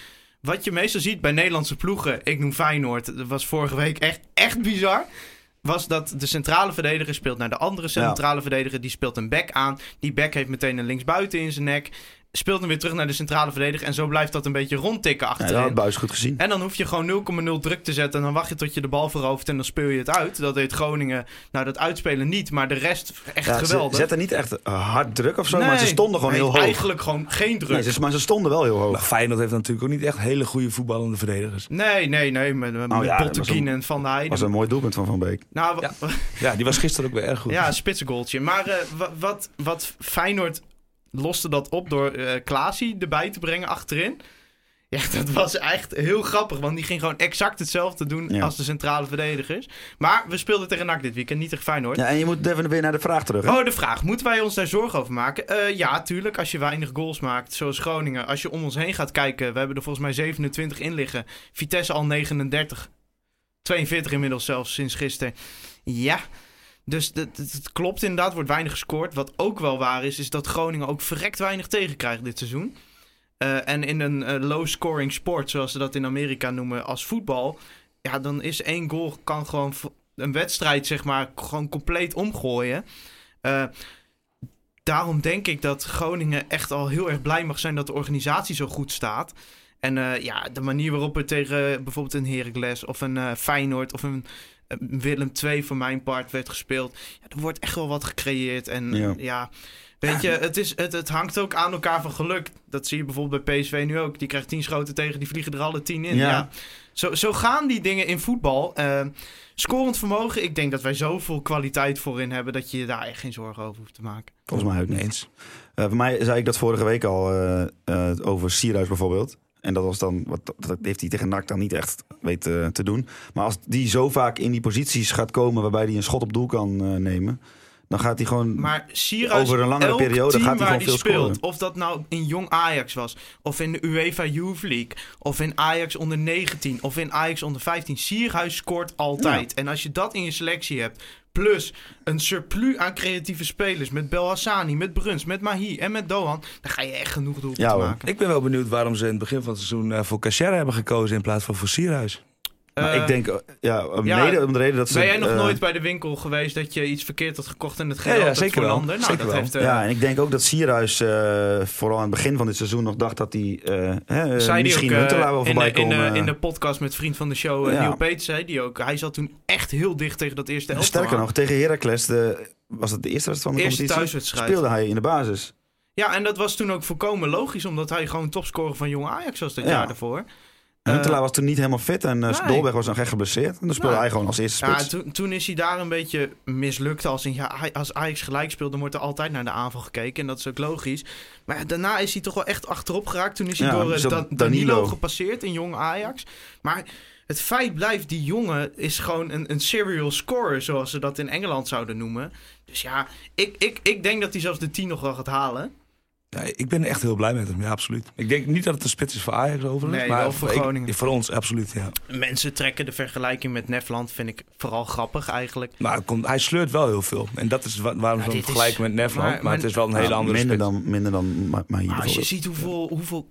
wat je meestal ziet bij Nederlandse ploegen, ik noem Feyenoord, dat was vorige week echt bizar, was dat de centrale verdediger speelt naar de andere centrale verdediger, die speelt een back aan. Die back heeft meteen een linksbuiten in zijn nek. Speelt hem weer terug naar de centrale verdediger. En zo blijft dat een beetje rondtikken achterin. Ja, dat had Buijs goed gezien. En dan hoef je gewoon 0,0 druk te zetten. En dan wacht je tot je de bal verovert en dan speel je het uit. Dat deed Groningen. Nou, dat uitspelen niet. Maar de rest echt geweldig. Ze zetten niet echt hard druk of zo. Nee, maar ze stonden gewoon heel hoog. Eigenlijk gewoon geen druk. Nee, maar ze stonden wel heel hoog. Maar Feyenoord heeft natuurlijk ook niet echt hele goede voetballende verdedigers. Nee. Met Botteguin en Van der Heijden. Dat was een mooi doelpunt van Beek. Nou, ja, die was gisteren ook weer erg goed. Ja, een spitsengoaltje. Maar wat Feyenoord loste dat op door Klaasie erbij te brengen achterin. Ja, dat was echt heel grappig. Want die ging gewoon exact hetzelfde doen als de centrale verdedigers. Maar we speelden tegen NAC dit weekend, niet tegen Feyenoord. Ja, en je moet even weer naar de vraag terug. Hè? Oh, de vraag. Moeten wij ons daar zorgen over maken? Ja, tuurlijk. Als je weinig goals maakt, zoals Groningen. Als je om ons heen gaat kijken. We hebben er volgens mij 27 in liggen. Vitesse al 39. 42 inmiddels zelfs sinds gisteren. Ja. Dus het klopt inderdaad, wordt weinig gescoord. Wat ook wel waar is dat Groningen ook verrekt weinig tegenkrijgt dit seizoen. En in een low-scoring sport, zoals ze dat in Amerika noemen, als voetbal. Ja, dan is 1 goal kan gewoon een wedstrijd, zeg maar, gewoon compleet omgooien. Daarom denk ik dat Groningen echt al heel erg blij mag zijn dat de organisatie zo goed staat. En de manier waarop het tegen bijvoorbeeld een Heracles of een Feyenoord of een Willem II voor mijn part werd gespeeld. Ja, er wordt echt wel wat gecreëerd. En weet je, het hangt ook aan elkaar van geluk. Dat zie je bijvoorbeeld bij PSV nu ook. Die krijgt 10 schoten tegen, die vliegen er alle 10 in. Ja. Zo gaan die dingen in voetbal. Scorend vermogen, ik denk dat wij zoveel kwaliteit voorin hebben dat je daar echt geen zorgen over hoeft te maken. Volgens mij ook niet eens. Voor mij zei ik dat vorige week al over Sierhuis bijvoorbeeld. En dat was dan, dat heeft hij tegen NAC dan niet echt weten te doen. Maar als die zo vaak in die posities gaat komen waarbij hij een schot op doel kan nemen, dan gaat hij gewoon maar Sierhuis, over een langere periode gaat hij gewoon veel scoren. Of dat nou in jong Ajax was, of in de UEFA Youth League, of in Ajax onder 19, of in Ajax onder 15. Sierhuis scoort altijd. Ja. En als je dat in je selectie hebt, plus een surplus aan creatieve spelers met Belhassani, met Bruns, met Mahi en met Doan, dan ga je echt genoeg doelpunten maken. Ik ben wel benieuwd waarom ze in het begin van het seizoen voor Cachera hebben gekozen in plaats van voor Sierhuis. Maar ik denk, mede om de reden dat ze... Ben jij nog nooit bij de winkel geweest dat je iets verkeerd had gekocht en het geld had voor een ander? Nou, zeker dat wel. heeft, en ik denk ook dat Sierhuis vooral aan het begin van dit seizoen nog dacht dat hij misschien Huntelaar wel voorbij komen. In de podcast met vriend van de show, Neil Peters, zei die ook. Hij zat toen echt heel dicht tegen dat eerste elftal. Sterker nog, tegen Heracles, was het de eerste wedstrijd van de competitie? Thuiswedstrijd. Speelde hij in de basis. Ja, en dat was toen ook volkomen logisch, omdat hij gewoon topscorer van Jong Ajax was dat jaar daarvoor. Huntelaar was toen niet helemaal fit en Dolberg was nog echt geblesseerd. En dan speelde hij gewoon als eerste spits. Ja, toen is hij daar een beetje mislukt. Als Ajax gelijk speelt, dan wordt er altijd naar de aanval gekeken. En dat is ook logisch. Maar daarna is hij toch wel echt achterop geraakt. Toen is hij door Danilo gepasseerd in Jong Ajax. Maar het feit blijft, die jongen is gewoon een serial scorer, zoals ze dat in Engeland zouden noemen. Dus ja, ik denk dat hij zelfs de 10 nog wel gaat halen. Ja, ik ben echt heel blij met hem, ja, absoluut. Ik denk niet dat het een spits is voor Ajax overigens. Nee, maar wel voor Groningen. Voor ons, absoluut, ja. Mensen trekken de vergelijking met Nefland, vind ik vooral grappig eigenlijk. Maar hij sleurt wel heel veel. En dat is waarom we hem vergelijken met Nefland. Maar het is wel een hele andere spits. Minder dan Mahi. Als je ziet hoeveel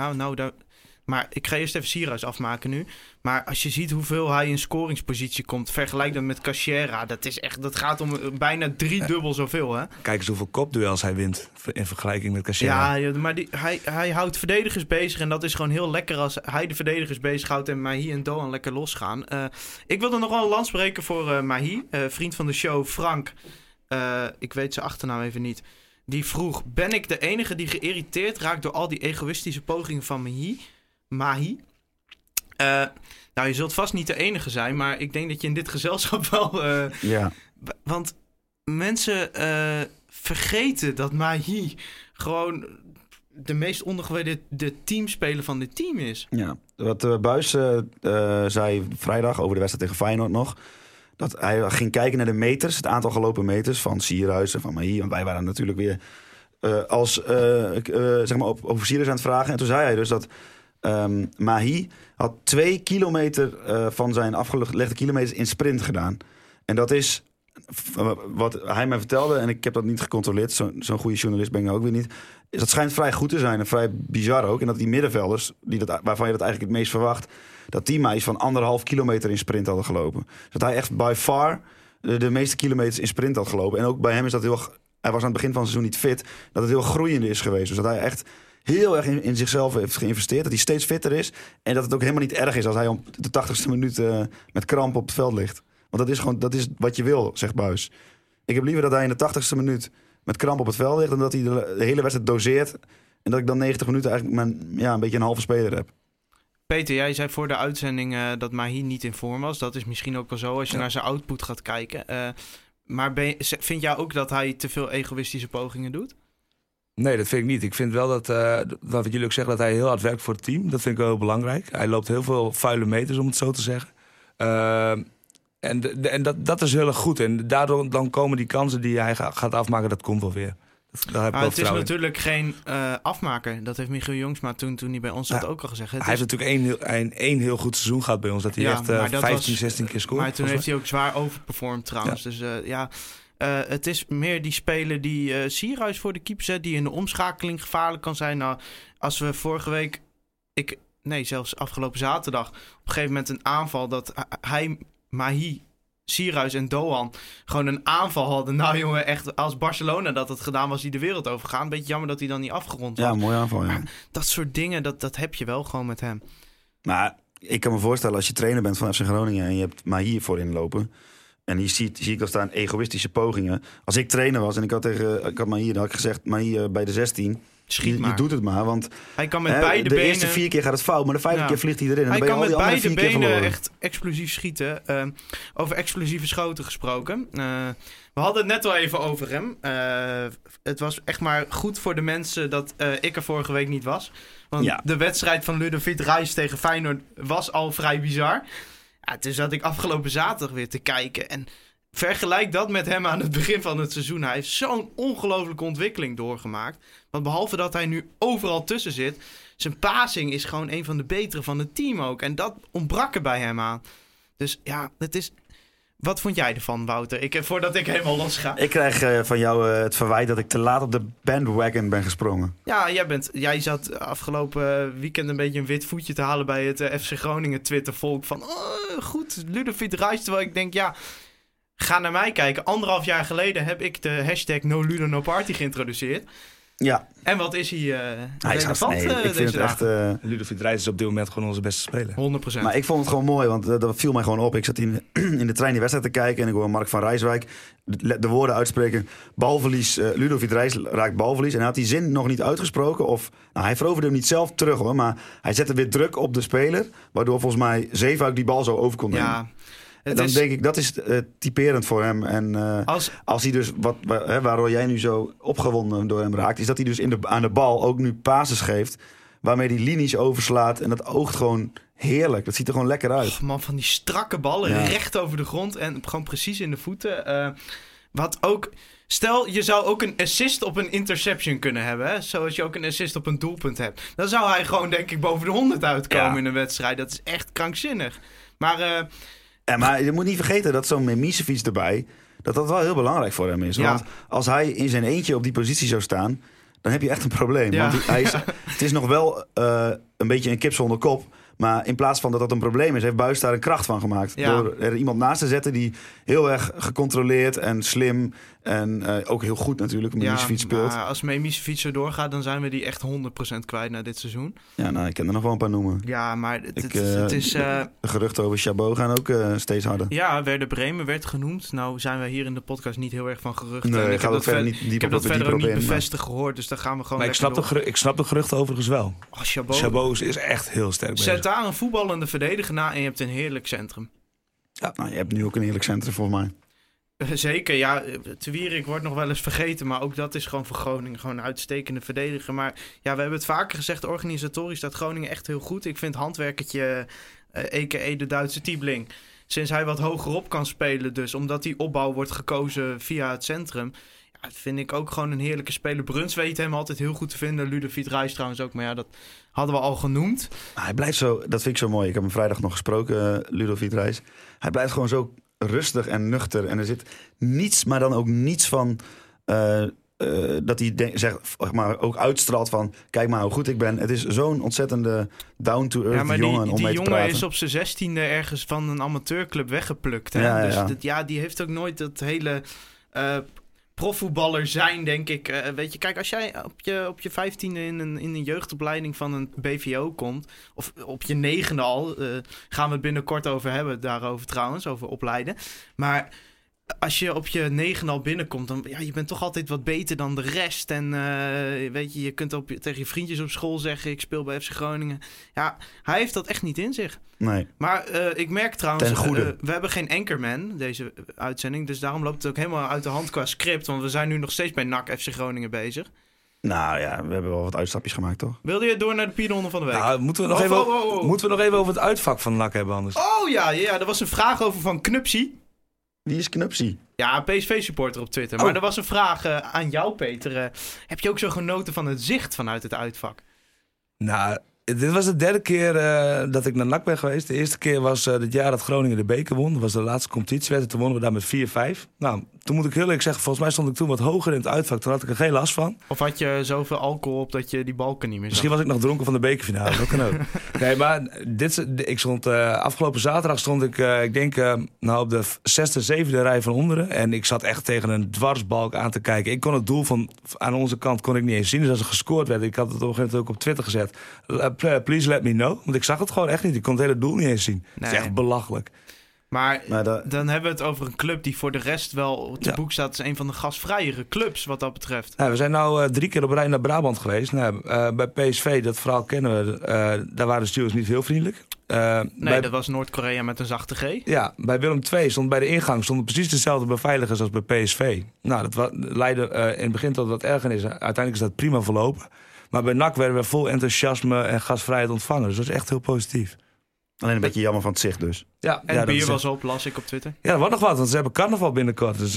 maar ik ga eerst even Sierhuis afmaken nu. Maar als je ziet hoeveel hij in scoringspositie komt, vergelijk dat met Cachera. Dat gaat om bijna 3 dubbel zoveel, hè? Kijk eens hoeveel kopduels hij wint in vergelijking met Cachera. Ja, maar hij houdt verdedigers bezig. En dat is gewoon heel lekker als hij de verdedigers bezighoudt en Mahi en Doan lekker losgaan. Ik wilde nog wel een lans breken voor Mahi. Vriend van de show, Frank. Ik weet zijn achternaam even niet. Die vroeg, ben ik de enige die geïrriteerd raakt door al die egoïstische pogingen van Mahi? Nou, je zult vast niet de enige zijn, maar ik denk dat je in dit gezelschap wel... Want mensen vergeten dat Mahi gewoon de meest ondergewaardeerde teamspeler van dit team is. Ja, wat Buijs zei vrijdag over de wedstrijd tegen Feyenoord nog, dat hij ging kijken naar de meters, het aantal gelopen meters van Sierhuis en van Mahi. Want wij waren natuurlijk weer over Sierhuis aan het vragen. En toen zei hij dus dat Mahi had 2 kilometer van zijn afgelegde kilometers in sprint gedaan. En dat is wat hij mij vertelde, en ik heb dat niet gecontroleerd, zo'n goede journalist ben ik ook weer niet, is dat schijnt vrij goed te zijn en vrij bizar ook. En dat die middenvelders, waarvan je dat eigenlijk het meest verwacht, dat die meis van 1,5 kilometer in sprint hadden gelopen. Dus dat hij echt by far de meeste kilometers in sprint had gelopen. En ook bij hem is dat hij was aan het begin van het seizoen niet fit, dat het heel groeiende is geweest. Dus dat hij echt heel erg in zichzelf heeft geïnvesteerd. Dat hij steeds fitter is. En dat het ook helemaal niet erg is als hij om de 80ste minuut met kramp op het veld ligt. Want dat is wat je wil, zegt Buijs. Ik heb liever dat hij in de 80ste minuut met kramp op het veld ligt dan dat hij de hele wedstrijd doseert. En dat ik dan 90 minuten eigenlijk een beetje een halve speler heb. Peter, jij zei voor de uitzending dat Mahi niet in vorm was. Dat is misschien ook wel zo als je naar zijn output gaat kijken. Maar vind jij ook dat hij te veel egoïstische pogingen doet? Nee, dat vind ik niet. Ik vind wel dat, wat jullie ook zeggen, dat hij heel hard werkt voor het team. Dat vind ik wel heel belangrijk. Hij loopt heel veel vuile meters, om het zo te zeggen. En dat is heel erg goed. En daardoor dan komen die kansen die hij gaat afmaken, dat komt wel weer. Maar het is natuurlijk geen afmaker. Dat heeft Michiel Jongsma toen hij bij ons zat ook al gezegd. Hij heeft natuurlijk één heel goed seizoen gehad bij ons. Dat hij echt 15, 16 keer scoort. Maar toen heeft hij ook zwaar overperformed trouwens. Ja. Dus het is meer die speler die Sierhuis voor de keeper zet, die in de omschakeling gevaarlijk kan zijn. Nou, als we vorige week, zelfs afgelopen zaterdag, op een gegeven moment een aanval dat hij, Mahi, Sierhuis en Doan gewoon een aanval hadden. Nou jongen, echt als Barcelona dat het gedaan was, die de wereld overgaan. Beetje jammer dat hij dan niet afgerond was. Ja, mooi aanval. Ja. Maar dat soort dingen, dat heb je wel gewoon met hem. Maar ik kan me voorstellen, als je trainer bent van FC Groningen en je hebt Mahi voorin lopen, en hier zie ik dan staan egoïstische pogingen. Als ik trainer was en ik had Mahi, dan had ik gezegd, Mahi bij de 16... Je doet het maar, want hij kan met beide benen. De eerste 4 keer gaat het fout, maar de 5e keer vliegt hij erin. En hij dan ben kan je met beide benen echt explosief schieten. Over explosieve schoten gesproken. We hadden het net al even over hem. Het was echt maar goed voor de mensen dat ik er vorige week niet was. Want de wedstrijd van Ludovic Reis tegen Feyenoord was al vrij bizar. Ja, toen zat ik afgelopen zaterdag weer te kijken. En vergelijk dat met hem aan het begin van het seizoen. Hij heeft zo'n ongelofelijke ontwikkeling doorgemaakt. Want behalve dat hij nu overal tussen zit, zijn passing is gewoon een van de betere van het team ook. En dat ontbrak er bij hem aan. Dus ja, het is... Wat vond jij ervan, Wouter? Voordat ik helemaal los ga. Ik krijg van jou het verwijt dat ik te laat op de bandwagon ben gesprongen. Ja, jij zat afgelopen weekend een beetje een wit voetje te halen bij het FC Groningen Twittervolk. Van, goed, Ludovic Reis. Terwijl ik denk, ga naar mij kijken. 1,5 jaar geleden heb ik de hashtag #NoLudoNoParty geïntroduceerd. Ja. En wat is hij relevant ik vind het echt... Ludovic Reis is op dit moment gewoon onze beste speler. 100%. Maar ik vond het gewoon mooi, want dat viel mij gewoon op. Ik zat in de trein die wedstrijd te kijken en ik hoor Mark van Rijswijk de woorden uitspreken. Balverlies, Ludovic Reis raakt balverlies. En hij had die zin nog niet uitgesproken. Hij veroverde hem niet zelf terug hoor, maar hij zette weer druk op de speler. Waardoor volgens mij Zeefuik die bal zo over kon nemen. Ja. Denk ik, dat is typerend voor hem. En als hij dus, waardoor jij nu zo opgewonden door hem raakt, is dat hij dus aan de bal ook nu passes geeft, waarmee hij linies overslaat. En dat oogt gewoon heerlijk. Dat ziet er gewoon lekker uit. Oh man, van die strakke ballen recht over de grond en gewoon precies in de voeten. Wat ook... Stel, je zou ook een assist op een interception kunnen hebben. Hè? Zoals je ook een assist op een doelpunt hebt. Dan zou hij gewoon, denk ik, boven de 100 uitkomen in een wedstrijd. Dat is echt krankzinnig. Maar... maar je moet niet vergeten dat zo'n Memisevic erbij, dat wel heel belangrijk voor hem is. Ja. Want als hij in zijn eentje op die positie zou staan, dan heb je echt een probleem. Ja. Want het is nog wel een beetje een kip zonder kop. Maar in plaats van dat een probleem is, heeft Buijs daar een kracht van gemaakt. Ja. Door er iemand naast te zetten die heel erg gecontroleerd en slim en ook heel goed natuurlijk Memisevic speelt. Als Memisevic zo doorgaat, dan zijn we die echt 100% kwijt na dit seizoen. Ja, ik kan er nog wel een paar noemen. Ja, maar het is... De geruchten over Chabot gaan ook steeds harder. Ja, Werder Bremen werd genoemd. Nou zijn we hier in de podcast niet heel erg van geruchten. Nee, ik heb dat verder ook niet bevestigd gehoord, dus daar gaan we gewoon maar ik snap de geruchten overigens wel. Chabot is echt heel sterk bezig. Zet daar een voetballende verdediger na en je hebt een heerlijk centrum. Ja, je hebt nu ook een heerlijk centrum voor mij. Zeker, ja. Te Wierik wordt nog wel eens vergeten, maar ook dat is gewoon voor Groningen gewoon een uitstekende verdediger. Maar ja, we hebben het vaker gezegd, organisatorisch staat Groningen echt heel goed. Ik vind handwerkertje, a.k.a. de Duitse Tiebling, sinds hij wat hogerop kan spelen dus, omdat die opbouw wordt gekozen via het centrum. Ja, dat vind ik ook gewoon een heerlijke speler. Bruns weet hem altijd heel goed te vinden. Ludovic Reis trouwens ook, maar ja, dat hadden we al genoemd. Hij blijft zo, dat vind ik zo mooi. Ik heb hem vrijdag nog gesproken, Ludovic Reis. Hij blijft gewoon zo rustig en nuchter. En er zit niets, maar dan ook niets van... dat hij zegt, maar ook uitstraalt van... kijk maar hoe goed ik ben. Het is zo'n ontzettende down-to-earth jongen om mee te praten. Die jongen is op zijn 16e ergens van een amateurclub weggeplukt. Hè? Die heeft ook nooit dat hele... profvoetballer zijn, denk ik. Weet je, kijk, als jij op je 15e in een jeugdopleiding van een BVO komt... of op je 9e al... gaan we het binnenkort over hebben, daarover trouwens, over opleiden. Maar... als je op je 9 al binnenkomt, dan je bent toch altijd wat beter dan de rest. En weet je kunt tegen je vriendjes op school zeggen... ik speel bij FC Groningen. Ja, hij heeft dat echt niet in zich. Nee. Maar ik merk trouwens... we hebben geen anchorman, deze uitzending. Dus daarom loopt het ook helemaal uit de hand qua script. Want we zijn nu nog steeds bij NAC FC Groningen bezig. Nou ja, we hebben wel wat uitstapjes gemaakt, toch? Wilde je door naar de Pierronde van de week? Nou, moeten we nog even over het uitvak van NAC hebben anders? Oh ja, er was een vraag over van Knupsie. Wie is Knupsie? Ja, een PSV-supporter op Twitter. Maar er was een vraag aan jou, Peter. Heb je ook zo genoten van het zicht vanuit het uitvak? Nou, dit was de derde keer dat ik naar NAC ben geweest. De eerste keer was het jaar dat Groningen de beker won. Dat was de laatste competitiewedstrijd. Toen wonnen we daar met 4-5. Nou, toen moet ik heel eerlijk zeggen, volgens mij stond ik toen wat hoger in het uitvak. Toen had ik er geen last van. Of had je zoveel alcohol op dat je die balken niet meer zag? Misschien was ik nog dronken van de bekerfinale. Dat kan ook. Nee, maar ik stond afgelopen zaterdag stond ik denk op de 6e, 7e rij van onderen. En ik zat echt tegen een dwarsbalk aan te kijken. Ik kon het doel aan onze kant kon ik niet eens zien. Dus als er gescoord werd, ik had het op een gegeven moment ook op Twitter gezet. Please let me know. Want ik zag het gewoon echt niet. Ik kon het hele doel niet eens zien. Het is echt belachelijk. Maar dan hebben we het over een club die voor de rest wel te boek staat. Het is een van de gasvrijere clubs wat dat betreft. Ja, we zijn nu 3 keer op rij naar Brabant geweest. Bij PSV, dat verhaal kennen we. Daar waren de stewards niet heel vriendelijk. Dat was Noord-Korea met een zachte G. Ja, bij Willem II stond bij de ingang stonden precies dezelfde beveiligers als bij PSV. Nou, dat leidde in het begin tot wat ergernis. Uiteindelijk is dat prima verlopen. Maar bij NAC werden we vol enthousiasme en gasvrijheid ontvangen. Dus dat is echt heel positief. Alleen een beetje jammer van het zicht dus. Ja, en bier was op, las ik op Twitter. Ja, er wordt nog wat, want ze hebben carnaval binnenkort. Dus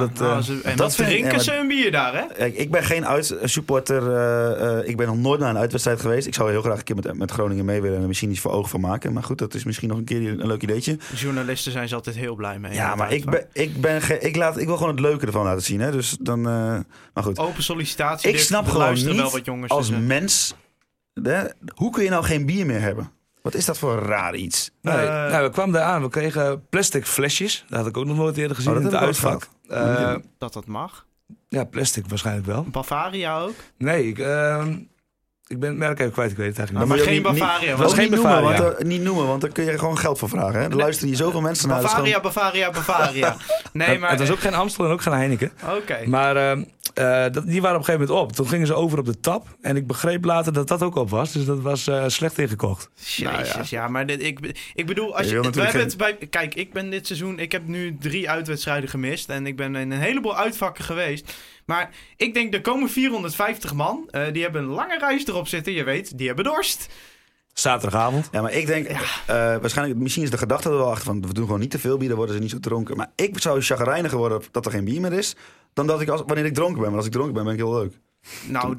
wat drinken ze een bier daar, hè? Kijk, ik ben geen uitsupporter. Ik ben nog nooit naar een uitwedstrijd geweest. Ik zou heel graag een keer met Groningen mee willen en er misschien iets voor ogen van maken. Maar goed, dat is misschien nog een keer een leuk ideetje. Journalisten zijn ze altijd heel blij mee. Ja, maar ik wil gewoon het leuke ervan laten zien. Hè? Dus dan, maar goed. Open sollicitatie. Ik snap gewoon niet, wel wat jongens als mens, hoe kun je nou geen bier meer hebben? Wat is dat voor een raar iets? We kwamen daar aan. We kregen plastic flesjes. Dat had ik ook nog nooit eerder gezien in het uitvak. Dat mag? Ja, plastic waarschijnlijk wel. Bavaria ook? Nee, ik ben het merk even kwijt. Ik weet het eigenlijk niet. Maar geen Bavaria. Het was geen Bavaria. Niet noemen, want dan kun je er gewoon geld voor vragen. Hè? Er luisteren hier zoveel mensen naar. Bavaria. Nee, maar... Het was ook geen Amstel en ook geen Heineken. Oké. Maar die waren op een gegeven moment op. Toen gingen ze over op de tap. En ik begreep later dat dat ook op was. Dus dat was slecht ingekocht. Jezus, maar ik bedoel... Als we hebben het bij, kijk, ik ben dit seizoen... Ik heb nu 3 uitwedstrijden gemist. En ik ben in een heleboel uitvakken geweest. Maar ik denk, er komen 450 man. Die hebben een lange reis erop zitten. Je weet, die hebben dorst. Zaterdagavond. Ja, maar ik denk, waarschijnlijk, misschien is de gedachte er wel achter van, we doen gewoon niet te veel bier, dan worden ze niet zo dronken. Maar ik zou chagrijniger worden dat er geen bier meer is, dan dat ik wanneer ik dronken ben. Maar als ik dronken ben ik heel leuk. Nou,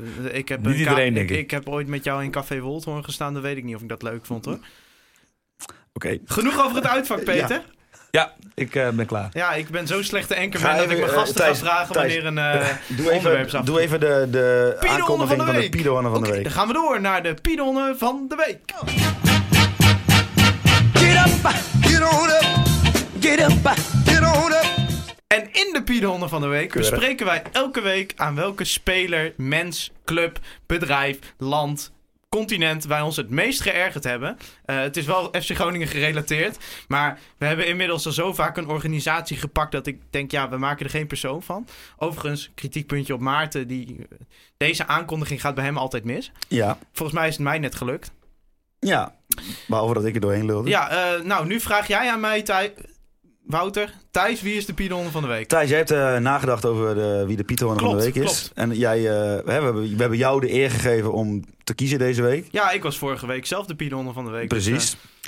ik heb ooit met jou in Café Woldhoorn gestaan, dan weet ik niet of ik dat leuk vond, hoor. Oké. Genoeg over het uitvak, Peter. Ja, ik ben klaar. Ja, ik ben zo slechte anchorman dat ik mijn gasten ga vragen wanneer een onderwerp is af. Doe even de aankondiging van de Piedonne van de week. Dan gaan we door naar de Piedonne van de week. Get up, get on up, get up, get on up. En in de Piedonne van de week bespreken wij elke week aan welke speler, mens, club, bedrijf, land, continent wij ons het meest geërgerd hebben. Het is wel FC Groningen gerelateerd. Maar we hebben inmiddels al zo vaak een organisatie gepakt dat ik denk, we maken er geen persoon van. Overigens, kritiekpuntje op Maarten. Deze aankondiging gaat bij hem altijd mis. Ja. Volgens mij is het mij net gelukt. Ja, behalve dat ik er doorheen lulde. Ja, nu vraag jij aan mij, Wouter, Thijs, wie is de Piedonne van de week? Thijs, jij hebt nagedacht over wie de Piedonne van de week is. Klopt. En we hebben jou de eer gegeven om te kiezen deze week. Ja, ik was vorige week zelf de Piedonne van de week. Precies.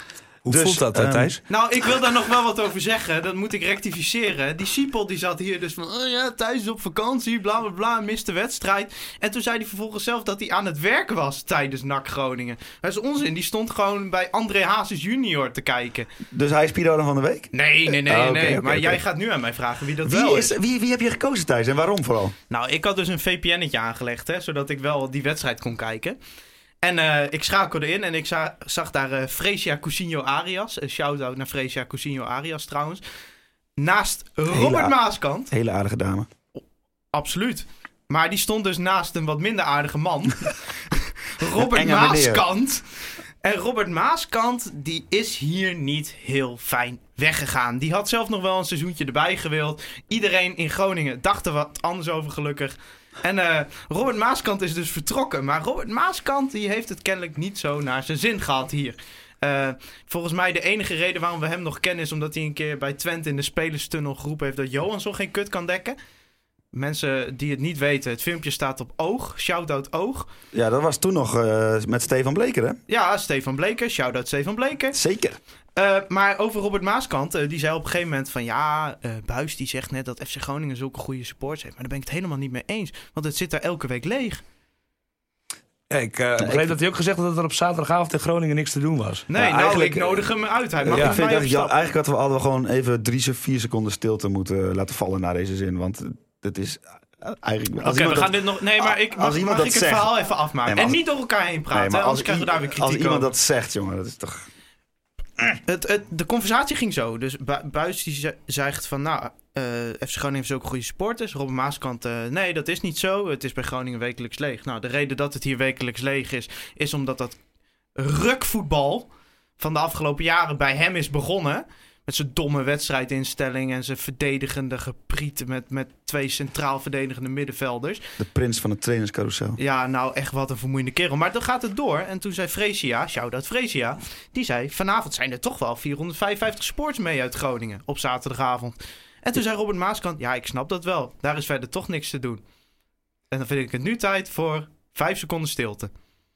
Hoe Dus, voelt dat, Thijs? Nou, ik wil daar nog wel wat over zeggen. Dat moet ik rectificeren. Die Siepel die zat hier dus van... Oh ja, Thijs is op vakantie, bla bla bla, mist de wedstrijd. En toen zei hij vervolgens zelf dat hij aan het werken was tijdens NAC Groningen. Dat is onzin. Die stond gewoon bij André Hazes junior te kijken. Dus hij is Piro van de week? Nee. Oké. Maar jij gaat nu aan mij vragen wie dat wel is. Wie heb je gekozen, Thijs? En waarom vooral? Nou, ik had dus een VPN'tje aangelegd, hè, zodat ik wel die wedstrijd kon kijken. En ik schakelde in en ik zag daar Fresia Cousinho Arias. Een shout-out naar Fresia Cousinho Arias trouwens. Naast Robert Maaskant. Hele aardige dame. Absoluut. Maar die stond dus naast een wat minder aardige man. Robert Enge Maaskant. En Robert Maaskant, die is hier niet heel fijn weggegaan. Die had zelf nog wel een seizoentje erbij gewild. Iedereen in Groningen dacht er wat anders over, gelukkig. En Robert Maaskant is dus vertrokken. Maar Robert Maaskant die heeft het kennelijk niet zo naar zijn zin gehad hier. Volgens mij de enige reden waarom we hem nog kennen... is omdat hij een keer bij Twente in de spelerstunnel geroepen heeft... dat Johansson geen kut kan dekken. Mensen die het niet weten, het filmpje staat op Oog. Shout-out Oog. Ja, dat was toen nog met Stefan Bleker, hè? Ja, Stefan Bleker. Shout-out Stefan Bleker. Zeker. Maar over Robert Maaskant, die zei op een gegeven moment van... ja, Buijs die zegt net dat FC Groningen zulke goede supporters heeft. Maar daar ben ik het helemaal niet mee eens. Want het zit daar elke week leeg. Ja, ik begreep dat hij ook gezegd had dat er op zaterdagavond in Groningen niks te doen was. Nee, ik nodig hem uit. Hij mag Ik met vind mij eigenlijk, opstappen. eigenlijk hadden we gewoon even 3-4 seconden stilte moeten laten vallen naar deze zin. Want het is eigenlijk... Oké, we gaan dit nog... Nee, maar mag ik het verhaal even afmaken? Nee, en niet door elkaar heen praten, maar anders krijgen we daar weer kritiek Als iemand over. dat zegt, jongen, dat is toch... De conversatie ging zo. Dus Buijs die zegt van... Nou, FC Groningen heeft ook goede supporters. Robert Maaskant, nee, dat is niet zo. Het is bij Groningen wekelijks leeg. Nou, de reden dat het hier wekelijks leeg is omdat dat rukvoetbal van de afgelopen jaren bij hem is begonnen. Met zijn domme wedstrijdinstelling en zijn verdedigende gepriet met 2 centraal verdedigende middenvelders. De prins van het trainerscarousel. Ja, nou echt wat een vermoeiende kerel. Maar dan gaat het door. En toen zei Fresia, shout-out Fresia, die zei... vanavond zijn er toch wel 455 sports mee uit Groningen op zaterdagavond. En toen zei Robert Maaskant, ja, ik snap dat wel. Daar is verder toch niks te doen. En dan vind ik het nu tijd voor 5 seconden stilte.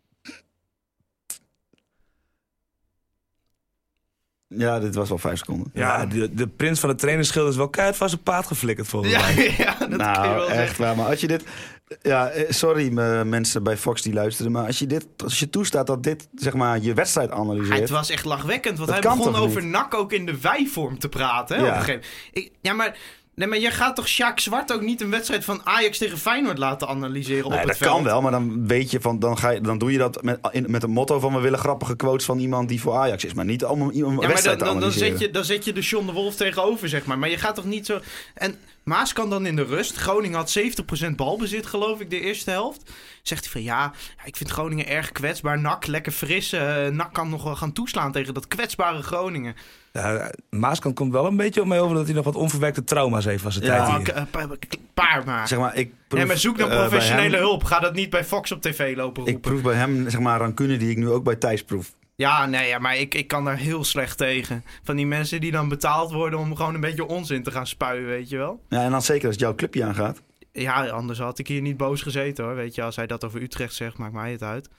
Ja, dit was wel 5 seconden. Ja, de prins van de trainerschild is wel keihard van zijn paard geflikkerd volgens mij. Ja, dat kun je Nou, wel echt zeggen. waar. Maar als je dit... Ja, sorry mensen bij Fox die luisteren. Maar als je toestaat dat dit, zeg maar, je wedstrijd analyseert... Het was echt lachwekkend, want Dat hij kan begon toch over niet? NAC ook in de wij-vorm te praten. Hè, Ja. op een gegeven moment. Maar jij gaat toch Sjaak Zwart ook niet een wedstrijd van Ajax tegen Feyenoord laten analyseren op Nee, het dat veld? kan wel, maar dan weet je van, dan doe je dat met een motto van we willen grappige quotes van iemand die voor Ajax is, maar niet om een Ja, maar wedstrijd te dan analyseren. zet je de John de Wolf tegenover, zeg maar. Maar je gaat toch niet zo... En Maas kan dan in de rust. Groningen had 70% balbezit, geloof ik, de eerste helft. Zegt hij van ja, ik vind Groningen erg kwetsbaar. NAC, lekker fris. NAC kan nog wel gaan toeslaan tegen dat kwetsbare Groningen. Ja, Maaskant komt wel een beetje op mij over dat hij nog wat onverwerkte trauma's heeft van zijn Ja. tijd hier. Paar maar. Zeg maar, ik proef, Maar zoek naar bij professionele hem- hulp. Ga dat niet bij Fox op tv lopen roepen. Ik proef bij hem, zeg maar, rancune die ik nu ook bij Thijs proef. Ja, maar ik kan daar heel slecht tegen. Van die mensen die dan betaald worden om gewoon een beetje onzin te gaan spuien, weet je wel. Ja, en dan zeker als het jouw clubje aangaat. Ja, anders had ik hier niet boos gezeten hoor. Weet je, als hij dat over Utrecht zegt, maakt mij het uit.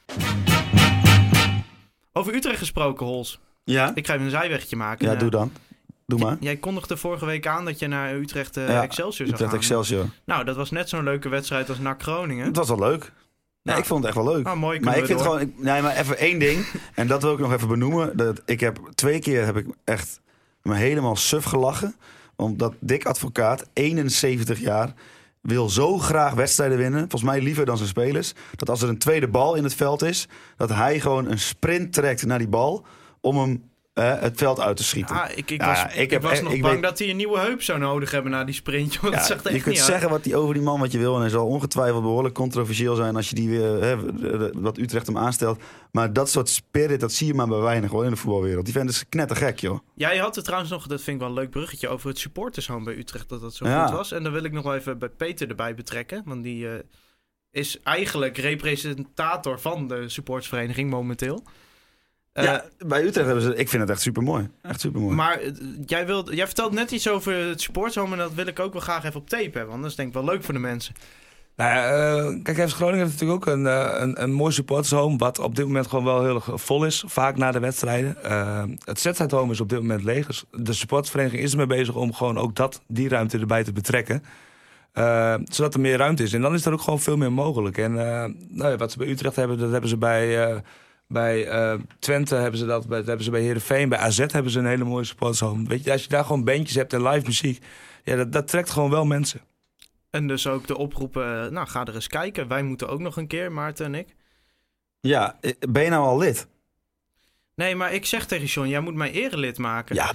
Over Utrecht gesproken, Hols. Ja? Ik ga even een zijwegje maken. Ja, doe dan. Doe maar. Jij kondigde vorige week aan dat je naar Utrecht Ja, Excelsior zou Utrecht gaan. Excelsior. Nou, dat was net zo'n leuke wedstrijd als NAC Groningen. Het was wel leuk. Nee, Ja. ik vond het echt wel leuk. Ah, mooi, Maar kunnen ik we vind door. gewoon... Nee, maar even één ding. En dat wil ik nog even benoemen. Dat 2 keer heb ik echt me helemaal suf gelachen. Omdat Dick Advocaat, 71 jaar... wil zo graag wedstrijden winnen. Volgens mij liever dan zijn spelers. Dat als er een tweede bal in het veld is... dat hij gewoon een sprint trekt naar die bal... om hem het veld uit te schieten. Ah, ik Ja, was nog ik bang weet- dat hij een nieuwe heup zou nodig hebben na die sprintje. Want Ja, dat zag er je echt kunt niet uit. zeggen over die man wat je wil. En hij zal ongetwijfeld behoorlijk controversieel zijn als je die weer, wat Utrecht hem aanstelt. Maar dat soort spirit, dat zie je maar bij weinig hoor in de voetbalwereld. Die vent is knettergek, joh. Ja, je had het trouwens nog, dat vind ik wel een leuk bruggetje, over het supportershome bij Utrecht, dat zo Ja. goed was. En dan wil ik nog wel even bij Peter erbij betrekken. Want die is eigenlijk representator van de supportersvereniging momenteel. Ja, bij Utrecht hebben ze... Ik vind het echt supermooi. Echt supermooi. Maar jij vertelt net iets over het supportershome en dat wil ik ook wel graag even op tape hebben. Want dat is denk ik wel leuk voor de mensen. Kijk, FC Groningen heeft natuurlijk ook een mooi supportershome... wat op dit moment gewoon wel heel erg vol is, vaak na de wedstrijden. Het Z-home is op dit moment leeg. Dus de supportersvereniging is ermee bezig om gewoon ook die ruimte erbij te betrekken. Zodat er meer ruimte is. En dan is er ook gewoon veel meer mogelijk. En wat ze bij Utrecht hebben, dat hebben ze bij Twente, dat hebben ze bij Heerenveen. Bij AZ hebben ze een hele mooie supportershome. Weet je, als je daar gewoon bandjes hebt en live muziek... ja, dat trekt gewoon wel mensen. En dus ook de oproepen, ga er eens kijken. Wij moeten ook nog een keer, Maarten en ik. Ja, ben je nou al lid? Nee, maar ik zeg tegen John, jij moet mij erelid maken. Ja.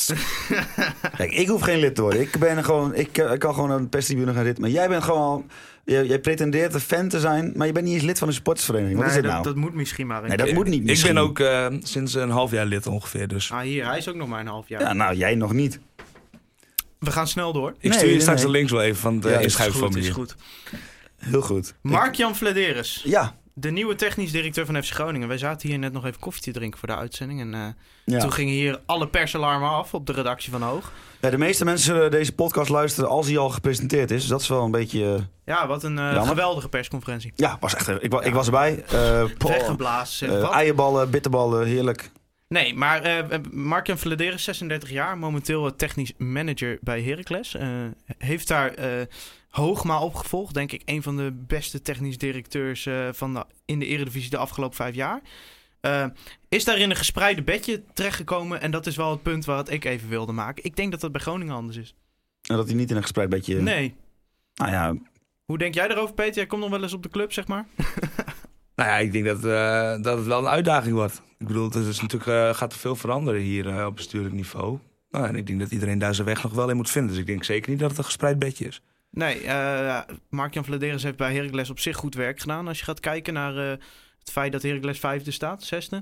Kijk, ik hoef geen lid te worden. Ik kan gewoon aan de perstribune gaan zitten. Maar jij bent gewoon... Jij pretendeert een fan te zijn, maar je bent niet eens lid van een supportersvereniging. Wat is dit nou? Dat moet misschien maar een Nee, keer. dat moet niet misschien. Ik ben ook sinds een half jaar lid ongeveer. Dus. Hier, hij is ook nog maar een half jaar. Ja, nou, jij nog niet. We gaan snel door. Ik stuur je straks de links wel even van het inschrijfformulier. Is goed. Heel goed. Mark-Jan Vladeris. Ja. De nieuwe technisch directeur van FC Groningen. Wij zaten hier net nog even koffie te drinken voor de uitzending. En Ja. toen gingen hier alle persalarmen af op de redactie van Hoog. Ja, de meeste mensen zullen deze podcast luisteren als hij al gepresenteerd is. Dus dat is wel een beetje... Ja, wat een geweldige persconferentie. Ja, was echt... Ik was erbij. Weggeblazen. Zeg, wat? Eierballen, bitterballen, heerlijk. Nee, maar Mark-Jan Vladeris, 36 jaar. Momenteel technisch manager bij Heracles. Heeft daar Hoogma opgevolgd. Denk ik een van de beste technisch directeurs in de Eredivisie de afgelopen 5 jaar. Is daar in een gespreide bedje terechtgekomen. En dat is wel het punt wat ik even wilde maken. Ik denk dat dat bij Groningen anders is. En dat hij niet in een gespreid bedje... Nee. Nou ja... Hoe denk jij daarover, Peter? Jij komt nog wel eens op de club, zeg maar. Nou ja, ik denk dat het wel een uitdaging wordt. Ik bedoel, het is natuurlijk, gaat er veel veranderen hier op bestuurlijk niveau. Nou, en ik denk dat iedereen daar zijn weg nog wel in moet vinden. Dus ik denk zeker niet dat het een gespreid bedje is. Nee, Mark-Jan Vladeris heeft bij Heracles op zich goed werk gedaan. Als je gaat kijken naar het feit dat Heracles 5e staat, 6e.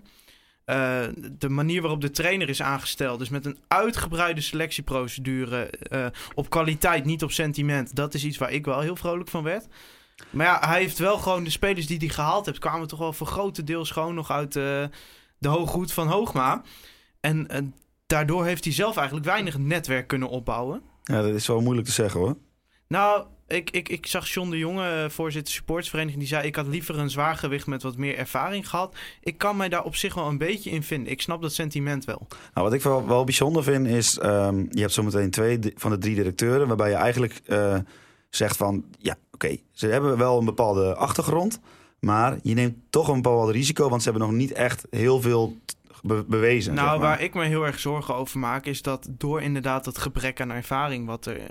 De manier waarop de trainer is aangesteld, dus met een uitgebreide selectieprocedure op kwaliteit, niet op sentiment. Dat is iets waar ik wel heel vrolijk van werd. Maar ja, hij heeft wel gewoon de spelers die hij gehaald heeft, kwamen toch wel voor grotendeels gewoon nog uit de hooghoed van Hoogma. En daardoor heeft hij zelf eigenlijk weinig netwerk kunnen opbouwen. Ja, dat is wel moeilijk te zeggen, hoor. Nou, ik zag John de Jonge, voorzitter supportersvereniging, die zei: ik had liever een zwaargewicht met wat meer ervaring gehad. Ik kan mij daar op zich wel een beetje in vinden. Ik snap dat sentiment wel. Nou, wat ik wel bijzonder vind is, je hebt zometeen 2 van de 3 directeuren, waarbij je eigenlijk zegt van, ja, oké, ze hebben wel een bepaalde achtergrond, maar je neemt toch een bepaald risico, want ze hebben nog niet echt heel veel bewezen. Nou, zeg maar. waar ik me heel erg zorgen over maak, is dat door inderdaad het gebrek aan ervaring wat er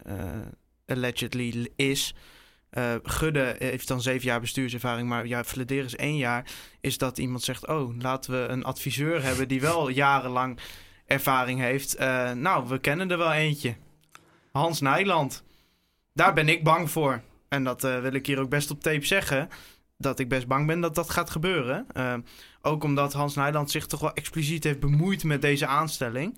allegedly is. Gudde heeft dan 7 jaar bestuurservaring, maar ja, Vladeris 1 jaar, is dat iemand zegt: oh, laten we een adviseur hebben die wel jarenlang ervaring heeft. Nou, we kennen er wel eentje. Hans Nijland. Daar ben ik bang voor. En dat wil ik hier ook best op tape zeggen. Dat ik best bang ben dat dat gaat gebeuren. Ook omdat Hans Nijland zich toch wel expliciet heeft bemoeid met deze aanstelling.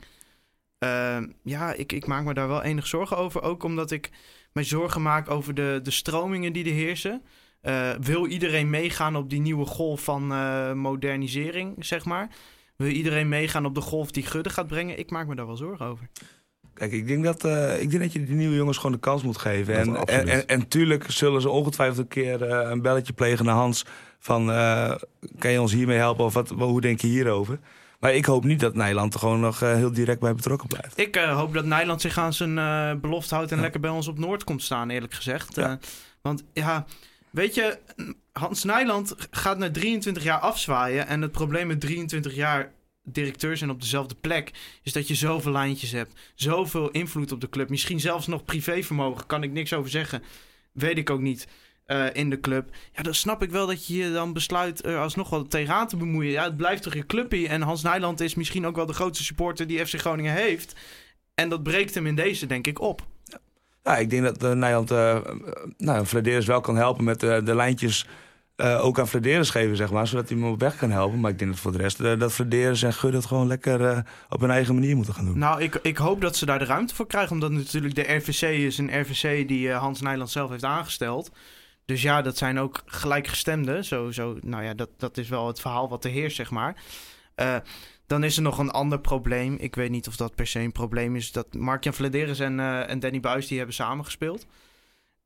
Ja, ik maak me daar wel enig zorgen over. Ook omdat ik me zorgen maak over de stromingen die er heersen. Wil iedereen meegaan op die nieuwe golf van modernisering, zeg maar? Wil iedereen meegaan op de golf die Gudde gaat brengen? Ik maak me daar wel zorgen over. Kijk, ik denk dat je die nieuwe jongens gewoon de kans moet geven. En tuurlijk zullen ze ongetwijfeld een keer een belletje plegen naar Hans. Van, kan je ons hiermee helpen? Of hoe denk je hierover? Maar ik hoop niet dat Nijland er gewoon nog heel direct bij betrokken blijft. Ik hoop dat Nijland zich aan zijn belofte houdt en lekker bij ons op Noord komt staan, eerlijk gezegd. Ja. Want ja, weet je, Hans Nijland gaat na 23 jaar afzwaaien. En het probleem met 23 jaar directeur zijn op dezelfde plek is dat je zoveel lijntjes hebt. Zoveel invloed op de club. Misschien zelfs nog privévermogen, kan ik niks over zeggen. Weet ik ook niet. In de club. Ja, dan snap ik wel dat je dan besluit er alsnog wel tegenaan te bemoeien. Ja, het blijft toch je clubje. En Hans Nijland is misschien ook wel de grootste supporter die FC Groningen heeft. En dat breekt hem in deze, denk ik, op. Ja, ik denk dat Nijland Vladeris wel kan helpen met de lijntjes ook aan Vladeris geven, zeg maar. Zodat hij hem op weg kan helpen. Maar ik denk dat voor de rest dat Vladeris en Gudde het gewoon lekker op hun eigen manier moeten gaan doen. Nou, ik hoop dat ze daar de ruimte voor krijgen. Omdat natuurlijk de RVC is een RVC die Hans Nijland zelf heeft aangesteld. Dus ja, dat zijn ook gelijkgestemden. Nou ja, dat is wel het verhaal wat er heerst, zeg maar. Dan is er nog een ander probleem. Ik weet niet of dat per se een probleem is. Dat Mark-Jan Vladeris en Danny Buijs, die hebben samengespeeld.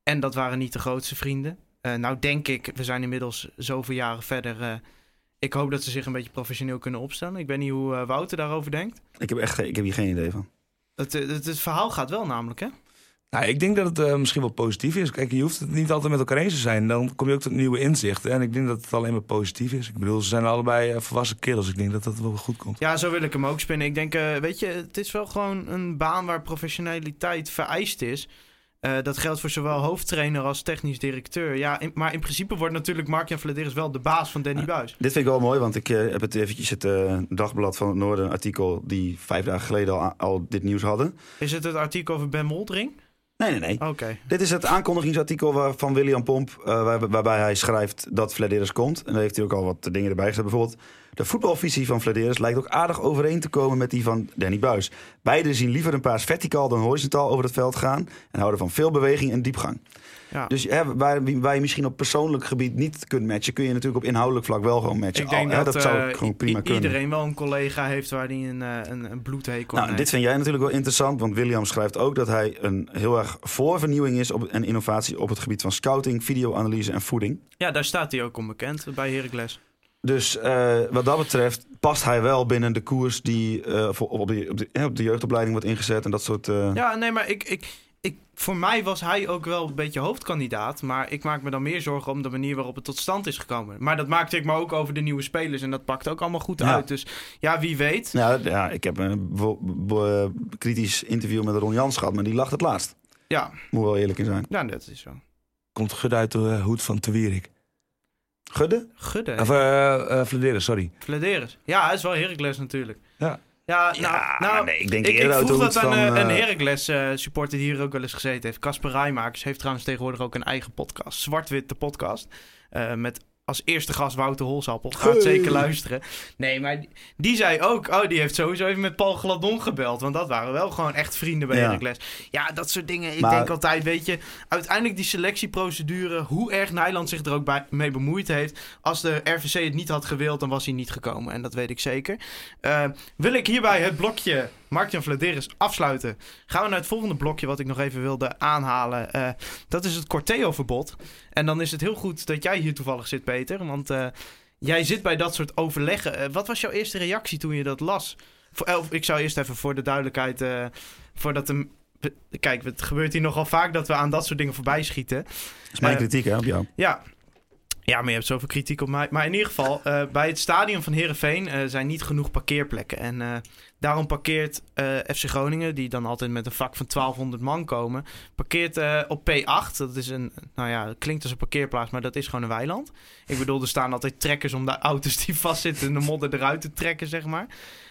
En dat waren niet de grootste vrienden. Nou denk ik, we zijn inmiddels zoveel jaren verder. Ik hoop dat ze zich een beetje professioneel kunnen opstellen. Ik weet niet hoe Wouter daarover denkt. Ik heb hier geen idee van. Het verhaal gaat wel namelijk, hè? Nou, ik denk dat het misschien wel positief is. Kijk, je hoeft het niet altijd met elkaar eens te zijn. Dan kom je ook tot nieuwe inzichten. En ik denk dat het alleen maar positief is. Ik bedoel, ze zijn allebei volwassen kerels. Ik denk dat dat wel goed komt. Ja, zo wil ik hem ook spinnen. Ik denk, weet je, het is wel gewoon een baan waar professionaliteit vereist is. Dat geldt voor zowel hoofdtrainer als technisch directeur. Ja, maar in principe wordt natuurlijk Mark-Jan Vladeris wel de baas van Danny Buijs. Dit vind ik wel mooi, want ik heb het eventjes het Dagblad van het Noorden artikel die 5 dagen geleden al dit nieuws hadden. Is het artikel over Ben Moldering? Nee. Oké. Dit is het aankondigingsartikel van William Pomp, waarbij hij schrijft dat Vladeris komt. En daar heeft hij ook al wat dingen erbij gezet. Bijvoorbeeld, de voetbalvisie van Vladeris lijkt ook aardig overeen te komen met die van Danny Buijs. Beiden zien liever een paas verticaal dan horizontaal over het veld gaan en houden van veel beweging en diepgang. Ja. Dus waar je misschien op persoonlijk gebied niet kunt matchen, kun je natuurlijk op inhoudelijk vlak wel gewoon matchen. Ik denk dat zou gewoon prima kunnen. Iedereen wel een collega heeft waar hij een bloedhekel aan heeft. Dit vind jij natuurlijk wel interessant, want William schrijft ook dat hij een heel erg voor vernieuwing is en innovatie op het gebied van scouting, videoanalyse en voeding. Ja, daar staat hij ook onbekend bij Heracles. Dus wat dat betreft past hij wel binnen de koers die op de jeugdopleiding wordt ingezet en dat soort... Ja, nee, maar voor mij was hij ook wel een beetje hoofdkandidaat. Maar ik maak me dan meer zorgen om de manier waarop het tot stand is gekomen. Maar dat maakte ik me ook over de nieuwe spelers. En dat pakt ook allemaal goed uit. Dus ja, wie weet. Ja, ik heb een kritisch interview met Ron Jans gehad. Maar die lacht het laatst. Ja. Moet wel eerlijk in zijn. Ja, dat is zo. Komt Gudde uit de hoed van Te Wierik. Gudde? Of Vladeris, sorry. Vladeris. Ja, hij is wel Heracles natuurlijk. Ja. Nee, ik denk ik eerder vroeg uit dat de hoed aan van... een Heracles supporter die hier ook wel eens gezeten heeft. Casper Rijmakers heeft trouwens tegenwoordig ook een eigen podcast. Zwart-Wit de podcast. Met als eerste gast Wouter Holsappel. Ga het zeker luisteren. Nee, maar die zei ook... die heeft sowieso even met Paul Gladon gebeld. Want dat waren wel gewoon echt vrienden bij Heracles. Ja, dat soort dingen. Ik denk altijd, weet je... Uiteindelijk die selectieprocedure... Hoe erg Nijland zich er ook mee bemoeid heeft... Als de RVC het niet had gewild... Dan was hij niet gekomen. En dat weet ik zeker. Wil ik hierbij het blokje... Mark-Jan Vladeris afsluiten. Gaan we naar het volgende blokje wat ik nog even wilde aanhalen. Dat is het Corteo-verbod. En dan is het heel goed dat jij hier toevallig zit, Peter. Want jij zit bij dat soort overleggen. Wat was jouw eerste reactie toen je dat las? Ik zou eerst even voor de duidelijkheid... Kijk, het gebeurt hier nogal vaak dat we aan dat soort dingen voorbij schieten. Dat is mijn kritiek hè, op jou. Ja, maar je hebt zoveel kritiek op mij. Maar in ieder geval, bij het stadion van Heerenveen zijn niet genoeg parkeerplekken. En daarom parkeert FC Groningen, die dan altijd met een vak van 1200 man komen, parkeert op P8. Dat is klinkt als een parkeerplaats, maar dat is gewoon een weiland. Ik bedoel, er staan altijd trekkers om de auto's die vastzitten in de modder eruit te trekken, zeg maar.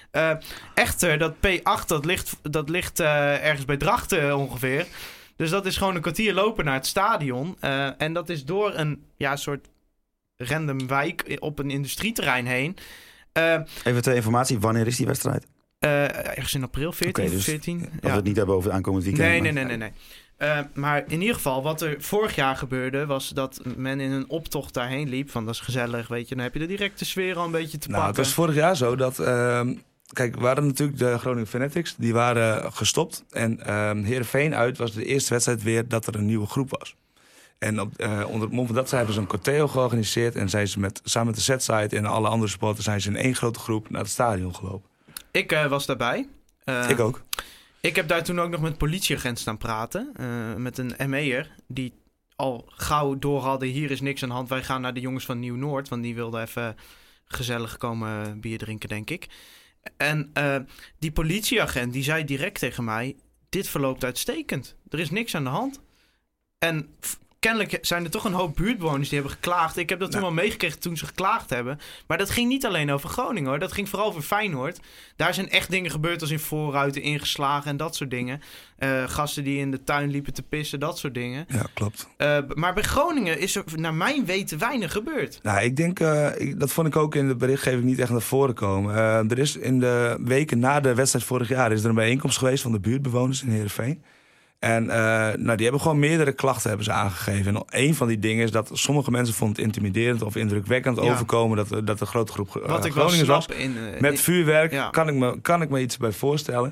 Echter, dat P8, dat ligt ergens bij Drachten ongeveer. Dus dat is gewoon een kwartier lopen naar het stadion. En dat is door een soort random wijk op een industrieterrein heen. Even ter informatie, wanneer is die wedstrijd? Ergens in april, 14, dus 14. Als we het niet hebben over het aankomend weekend. Nee. Maar in ieder geval, wat er vorig jaar gebeurde... was dat men in een optocht daarheen liep. Van, dat is gezellig, weet je. Dan heb je de directe sfeer al een beetje te pakken. Het was vorig jaar zo dat... Kijk, we hadden natuurlijk de Groningen Fanatics. Die waren gestopt. En Heerenveen uit was de eerste wedstrijd weer dat er een nieuwe groep was. En onder het mom van dat hebben ze een corteo georganiseerd. En zijn ze samen met de Z-site en alle andere supporters... zijn ze in één grote groep naar het stadion gelopen. Ik was daarbij. Ik ook. Ik heb daar toen ook nog met een politieagent staan praten. Met een ME'er die al gauw door hadden... hier is niks aan de hand, wij gaan naar de jongens van Nieuw-Noord. Want die wilden even gezellig komen bier drinken, denk ik. En die politieagent die zei direct tegen mij... dit verloopt uitstekend. Er is niks aan de hand. En kennelijk zijn er toch een hoop buurtbewoners die hebben geklaagd. Ik heb dat toen wel meegekregen toen ze geklaagd hebben. Maar dat ging niet alleen over Groningen hoor. Dat ging vooral over Feyenoord. Daar zijn echt dingen gebeurd als in voorruiten ingeslagen en dat soort dingen. Gasten die in de tuin liepen te pissen, dat soort dingen. Ja, klopt. Maar bij Groningen is er naar mijn weten weinig gebeurd. Nou, ik denk, dat vond ik ook in de berichtgeving niet echt naar voren komen. Er is in de weken na de wedstrijd vorig jaar... is er een bijeenkomst geweest van de buurtbewoners in Heerenveen. En die hebben gewoon meerdere klachten hebben ze aangegeven. En een van die dingen is dat sommige mensen vonden het intimiderend of indrukwekkend overkomen dat een grote groep Groningers was. Met vuurwerk kan ik me iets bij voorstellen.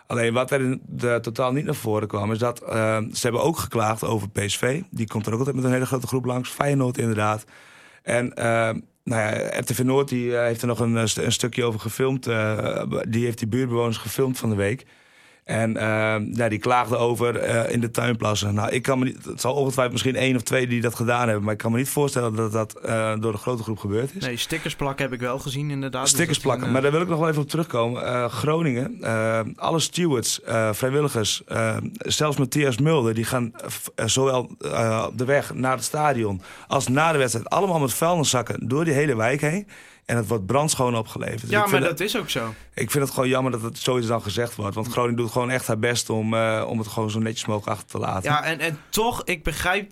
Alleen wat er totaal niet naar voren kwam... is dat ze hebben ook geklaagd over PSV. Die komt er ook altijd met een hele grote groep langs. Feyenoord inderdaad. En RTV Noord die, heeft er nog een stukje over gefilmd. Die heeft die buurtbewoners gefilmd van de week. En die klaagden over in de tuinplassen. Nou, ik kan me niet, het zal ongetwijfeld misschien 1 of 2 die dat gedaan hebben. Maar ik kan me niet voorstellen dat dat door een grote groep gebeurd is. Nee, stickers plakken heb ik wel gezien inderdaad. Stickers dus plakken, maar daar wil ik nog wel even op terugkomen. Groningen, alle stewards, vrijwilligers, zelfs Matthias Mulder... die gaan zowel op de weg naar het stadion als na de wedstrijd... allemaal met vuilniszakken door die hele wijk heen... En het wordt brandschoon opgeleverd. Dus ja, maar dat is ook zo. Ik vind het gewoon jammer dat het zoiets dan gezegd wordt. Want Groningen doet gewoon echt haar best om het gewoon zo netjes mogelijk achter te laten. Ja, en toch, ik begrijp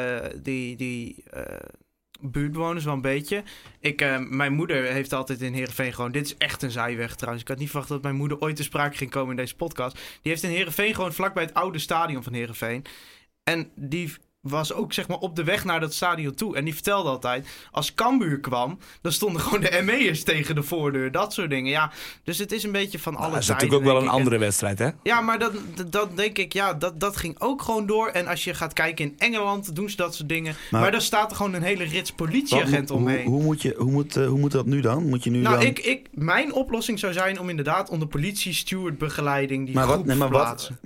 die buurtbewoners wel een beetje. Mijn moeder heeft altijd in Heerenveen gewoon... Dit is echt een zijweg trouwens. Ik had niet verwacht dat mijn moeder ooit te sprake ging komen in deze podcast. Die heeft in Heerenveen gewoon vlakbij het oude stadion van Heerenveen. En die... was ook zeg maar op de weg naar dat stadion toe. En die vertelde altijd, als Cambuur kwam... dan stonden gewoon de ME'ers tegen de voordeur. Dat soort dingen, ja. Dus het is een beetje van alle tijden. Dat is natuurlijk ook wel een andere wedstrijd, hè? Ja, maar dat denk ik, ja, dat ging ook gewoon door. En als je gaat kijken in Engeland, doen ze dat soort dingen. Maar daar staat er gewoon een hele rits politieagent omheen. Hoe moet dat nu dan? Moet je nu nou, dan... mijn oplossing zou zijn om inderdaad onder politie-stewardbegeleiding die groep te plaatsen.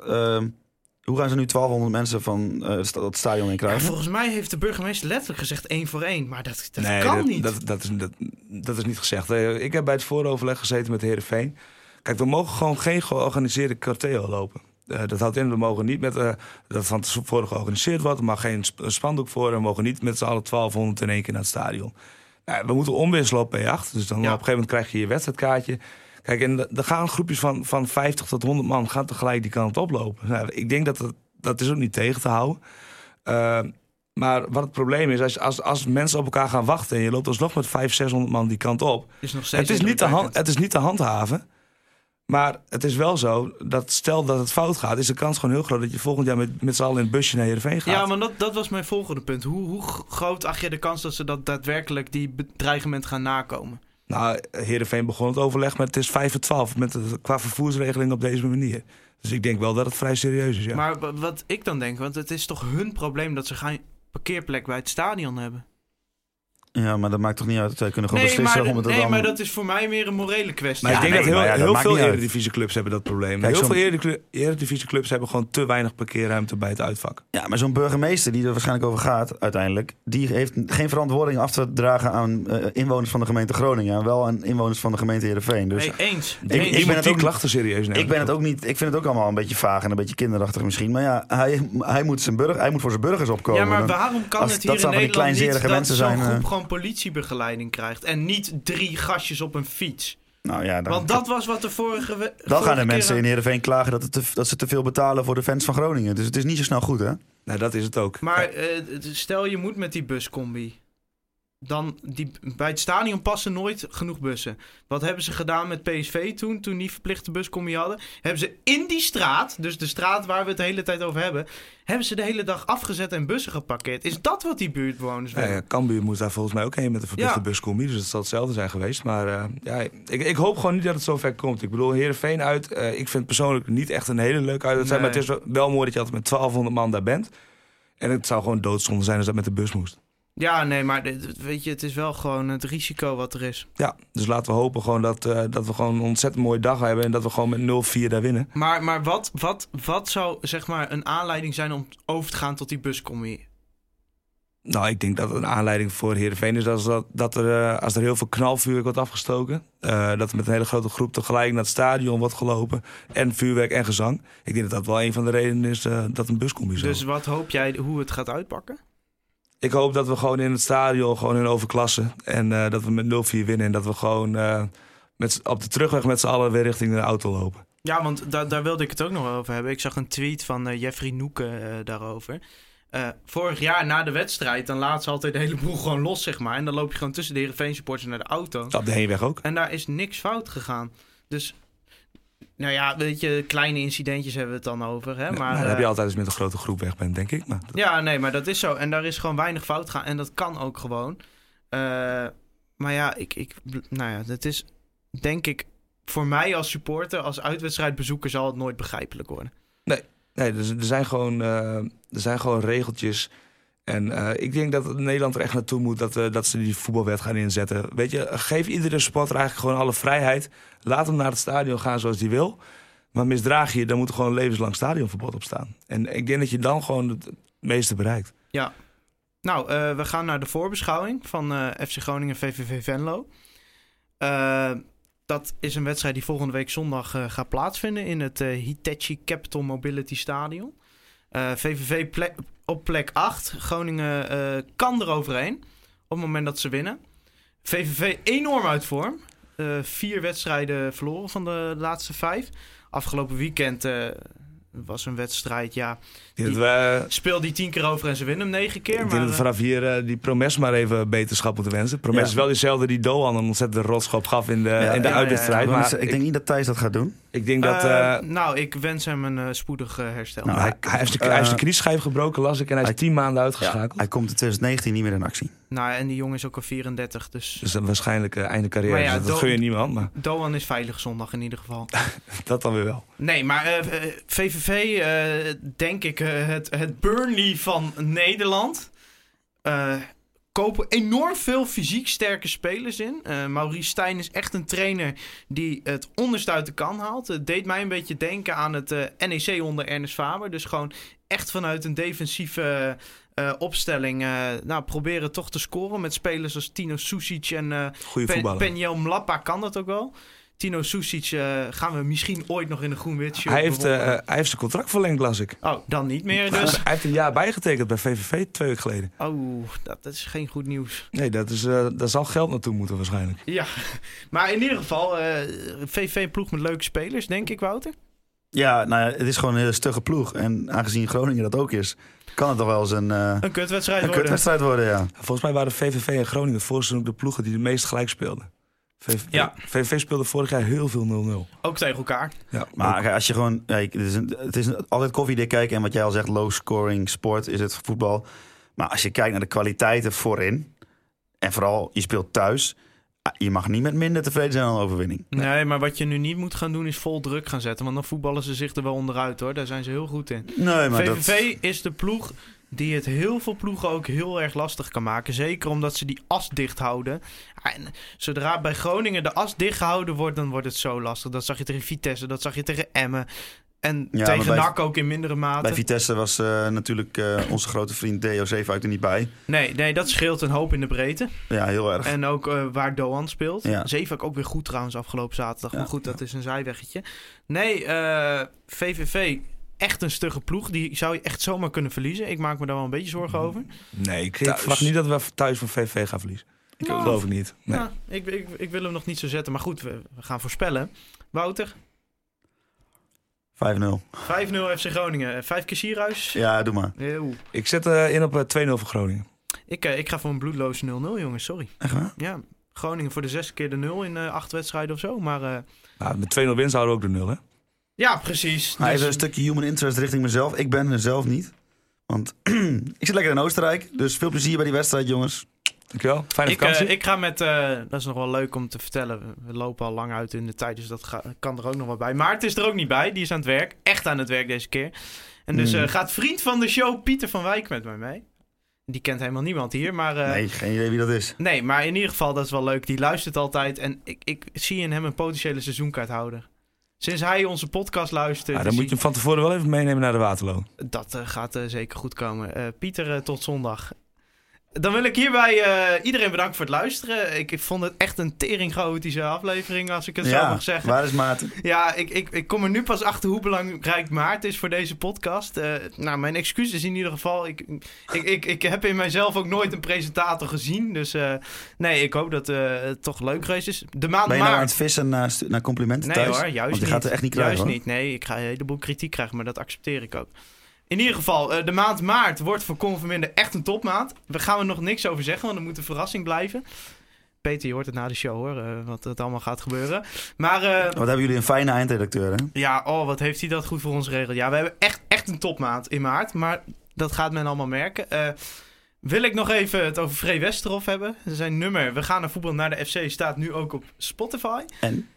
Hoe gaan ze nu 1200 mensen van het stadion in krijgen? Ja, volgens mij heeft de burgemeester letterlijk gezegd 1 voor 1. Maar dat kan niet. Dat is niet gezegd. Ik heb bij het vooroverleg gezeten met de Heerenveen. Kijk, we mogen gewoon geen georganiseerde corteo lopen. Dat houdt in, we mogen niet met... dat van tevoren georganiseerd wordt. Er mag geen spandoek voor. We mogen niet met z'n allen 1200 in één keer naar het stadion. We moeten omwisselen op P8. Dus dan op een gegeven moment krijg je je wedstrijdkaartje... Kijk, en er gaan groepjes van 50 tot 100 man gaan tegelijk die kant oplopen. Nou, ik denk dat is ook niet tegen te houden. Maar wat het probleem is, als mensen op elkaar gaan wachten... en je loopt alsnog met 500, 600 man die kant op... Het is niet te handhaven. Maar het is wel zo dat stel dat het fout gaat... is de kans gewoon heel groot dat je volgend jaar met z'n allen in het busje naar Heerenveen gaat. Ja, maar dat was mijn volgende punt. Hoe groot acht je de kans dat ze dat daadwerkelijk die dreigement gaan nakomen? Nou, Heerenveen begon het overleg met het is 5 voor 12... qua vervoersregeling op deze manier. Dus ik denk wel dat het vrij serieus is, ja. Maar wat ik dan denk, want het is toch hun probleem... dat ze geen parkeerplek bij het stadion hebben? Ja, maar dat maakt toch niet uit. Zij kunnen gewoon beslissen. Maar dat is voor mij meer een morele kwestie. Maar ik denk dat heel veel eredivisieclubs hebben dat probleem. Kijk, heel veel eredivisieclubs hebben gewoon te weinig parkeerruimte bij het uitvak. Ja, maar zo'n burgemeester die er waarschijnlijk over gaat uiteindelijk... die heeft geen verantwoording af te dragen aan inwoners van de gemeente Groningen... en wel aan inwoners van de gemeente Heerenveen. Dus eens. Ik ben het ook klachten serieus nemen. Ik ben het ook niet. Ik vind het ook allemaal een beetje vaag en een beetje kinderachtig misschien. Maar ja, hij moet voor zijn burgers opkomen. Ja, maar waarom kan het hier in Nederland niet dat zo'n groep gewoon politiebegeleiding krijgt en niet 3 gastjes op een fiets? Nou ja, want dat was wat de vorige dan gaan de mensen in Heerenveen klagen dat ze te veel betalen voor de fans van Groningen. Dus het is niet zo snel goed, hè? Nou, dat is het ook. Maar stel je moet met die buscombi. Dan bij het stadion passen nooit genoeg bussen. Wat hebben ze gedaan met PSV toen die verplichte buscombi hadden? Hebben ze in die straat, dus de straat waar we het de hele tijd over hebben... hebben ze de hele dag afgezet en bussen geparkeerd. Is dat wat die buurtbewoners willen? Ja, Cambuur moest daar volgens mij ook heen met de verplichte buscombi. Dus het zal hetzelfde zijn geweest. Maar ik hoop gewoon niet dat het zo ver komt. Ik bedoel, Heerenveen uit. Ik vind het persoonlijk niet echt een hele leuke uitwedstrijd. Maar het is wel mooi dat je altijd met 1200 man daar bent. En het zou gewoon doodzonde zijn als dat met de bus moest. Ja, nee, maar weet je, het is wel gewoon het risico wat er is. Ja, dus laten we hopen gewoon dat we gewoon een ontzettend mooie dag hebben... en dat we gewoon met 0-4 daar winnen. Maar wat zou zeg maar een aanleiding zijn om over te gaan tot die buscombi? Nou, ik denk dat een aanleiding voor Heerenveen is dat als er heel veel knalvuurwerk wordt afgestoken... dat er met een hele grote groep tegelijk naar het stadion wordt gelopen... en vuurwerk en gezang. Ik denk dat dat wel een van de redenen is dat een buscombi is. Dus wat hoop jij hoe het gaat uitpakken? Ik hoop dat we gewoon in het stadion gewoon in overklassen. En dat we met 0-4 winnen. En dat we gewoon op de terugweg met z'n allen weer richting de auto lopen. Ja, want daar wilde ik het ook nog over hebben. Ik zag een tweet van Jeffrey Noeken daarover. Vorig jaar na de wedstrijd, dan laat ze altijd de hele boel gewoon los, zeg maar. En dan loop je gewoon tussen de Heerenveen supporters naar de auto. Op de heenweg ook. En daar is niks fout gegaan. Dus... Nou ja, weet je, kleine incidentjes hebben we het dan over. Hè? Maar dat heb je altijd als je met een grote groep weg bent, denk ik. Maar ja, nee, maar dat is zo. En daar is gewoon weinig fout gaan. En dat kan ook gewoon. Maar ja, nou ja, dat is denk ik voor mij als supporter, als uitwedstrijdbezoeker, zal het nooit begrijpelijk worden. Nee, dus er zijn gewoon regeltjes. En ik denk dat Nederland er echt naartoe moet dat ze die voetbalwet gaan inzetten. Weet je, geef iedere supporter eigenlijk gewoon alle vrijheid. Laat hem naar het stadion gaan zoals hij wil. Maar misdraag je, dan moet er gewoon een levenslang stadionverbod op staan. En ik denk dat je dan gewoon het meeste bereikt. Ja. Nou, we gaan naar de voorbeschouwing van FC Groningen VVV Venlo. Dat is een wedstrijd die volgende week zondag gaat plaatsvinden in het Hitachi Capital Mobility Stadion. VVV op plek 8. Groningen kan eroverheen op het moment dat ze winnen. VVV enorm uit vorm. 4 wedstrijden verloren van de laatste 5. Afgelopen weekend was een wedstrijd, speel die 10 keer over en ze winnen hem 9 keer. Ik denk dat vanaf hier die Promes maar even beterschap moeten wensen. Promes is wel diezelfde die Doan een ontzettende rotschop gaf in de uitwedstrijd. Ja. Maar ik denk niet dat Thijs dat gaat doen. Ik denk dat... ik wens hem een spoedig herstel. Nou, hij heeft zijn knieschijf gebroken, las ik. En hij is 10 maanden uitgeschakeld. Hij komt in 2019 niet meer in actie. Nou, en die jongen is ook al 34. Dus waarschijnlijk einde carrière. Dat gun je niemand. Maar Doan is veilig zondag in ieder geval. dat dan weer wel. Nee, maar VVV, denk ik, het Burnley van Nederland. Kopen enorm veel fysiek sterke spelers in. Maurice Stijn is echt een trainer die het onderste uit de kan haalt. Het deed mij een beetje denken aan het NEC onder Ernest Faber. Dus gewoon echt vanuit een defensieve opstelling proberen toch te scoren met spelers als Tino Susic en Penjel Mlappa kan dat ook wel. Tino Susic gaan we misschien ooit nog in een groen-wit shirt. Hij heeft zijn contract verlengd, las ik. Oh, dan niet meer dus. Hij heeft een jaar bijgetekend bij VVV 2 weken geleden. Oh, dat is geen goed nieuws. Nee, daar zal geld naartoe moeten waarschijnlijk. Ja, maar in ieder geval VVV een ploeg met leuke spelers, denk ik, Wouter? Ja, nou ja, het is gewoon een hele stugge ploeg. En aangezien Groningen dat ook is, kan het toch wel eens een kutwedstrijd worden. Ja. Volgens mij waren VVV en Groningen vorig seizoen ook de ploegen die het meest gelijk speelden. VVV speelde vorig jaar heel veel 0-0. Ook tegen elkaar. Ja, maar als je gewoon... het is altijd koffiedik kijken. En wat jij al zegt, low scoring sport is het voetbal. Maar als je kijkt naar de kwaliteiten voorin... en vooral, je speelt thuis... je mag niet met minder tevreden zijn dan een overwinning. Nee, maar wat je nu niet moet gaan doen is vol druk gaan zetten. Want dan voetballen ze zich er wel onderuit, hoor. Daar zijn ze heel goed in. Nee, maar VVV is de ploeg die het heel veel ploegen ook heel erg lastig kan maken. Zeker omdat ze die as dicht houden. En zodra bij Groningen de as dicht gehouden wordt, dan wordt het zo lastig. Dat zag je tegen Vitesse, dat zag je tegen Emmen. En tegen NAC ook in mindere mate. Bij Vitesse was natuurlijk onze grote vriend Deo Zeefuik er niet bij. Nee, dat scheelt een hoop in de breedte. Ja, heel erg. En ook waar Doan speelt. Ja. Zeefuik ook weer goed trouwens afgelopen zaterdag. Maar goed, dat is een zijweggetje. Nee, VVV... echt een stugge ploeg. Die zou je echt zomaar kunnen verliezen. Ik maak me daar wel een beetje zorgen over. Nee, ik verwacht niet dat we thuis van VVV gaan verliezen. Ik geloof het niet. Nee. Nou, ik wil hem nog niet zo zetten. Maar goed, we gaan voorspellen. Wouter? 5-0. 5-0 FC Groningen. 5 keer Sierhuis? Ja, doe maar. Eeuw. Ik zet in op 2-0 voor Groningen. Ik ga voor een bloedloze 0-0, jongens. Sorry. Echt waar? Ja, Groningen voor de 6 keer de 0 in 8 wedstrijden of zo. Maar met 2-0 winst houden we ook de 0, hè? ja, precies. Dus... Even een stukje human interest richting mezelf. Ik ben er zelf niet. Want ik zit lekker in Oostenrijk. Dus veel plezier bij die wedstrijd, jongens. Dankjewel. Fijne vakantie. Ik ga met... dat is nog wel leuk om te vertellen. We lopen al lang uit in de tijd, dus dat kan er ook nog wel bij. Maarten is er ook niet bij. Die is aan het werk. Echt aan het werk deze keer. En dus gaat vriend van de show Pieter van Wijk met mij mee. Die kent helemaal niemand hier, maar... nee, geen idee wie dat is. Nee, maar in ieder geval, dat is wel leuk. Die luistert altijd. En ik zie in hem een potentiële seizoenkaarthouder. Sinds hij onze podcast luistert... dan moet je hem van tevoren wel even meenemen naar de Waterloo. Dat gaat zeker goed komen. Pieter, tot zondag. Dan wil ik hierbij iedereen bedanken voor het luisteren. Ik vond het echt een tering chaotische aflevering, als ik het zo mag zeggen. Waar is Maarten? Ja, ik kom er nu pas achter hoe belangrijk Maarten is voor deze podcast. Mijn excuus is in ieder geval... Ik heb in mijzelf ook nooit een presentator gezien. Dus nee, ik hoop dat het toch leuk geweest is. De maand ben je maart... nou aan het vissen naar complimenten thuis? Nee hoor, juist Want je niet. gaat er echt niet krijgen, juist hoor. niet. Nee, ik ga een heleboel kritiek krijgen, maar dat accepteer ik ook. In ieder geval, de maand maart wordt voor Converminder echt een topmaand. Daar gaan we nog niks over zeggen, want het moet een verrassing blijven. Peter, je hoort het na de show hoor, wat het allemaal gaat gebeuren. Maar, wat hebben jullie een fijne eindredacteur, hè? Ja, wat heeft hij dat goed voor ons geregeld. Ja, we hebben echt een topmaand in maart, maar dat gaat men allemaal merken. Wil ik nog even het over Free Westerhof hebben. Zijn nummer, We gaan naar voetbal naar de FC, staat nu ook op Spotify. En?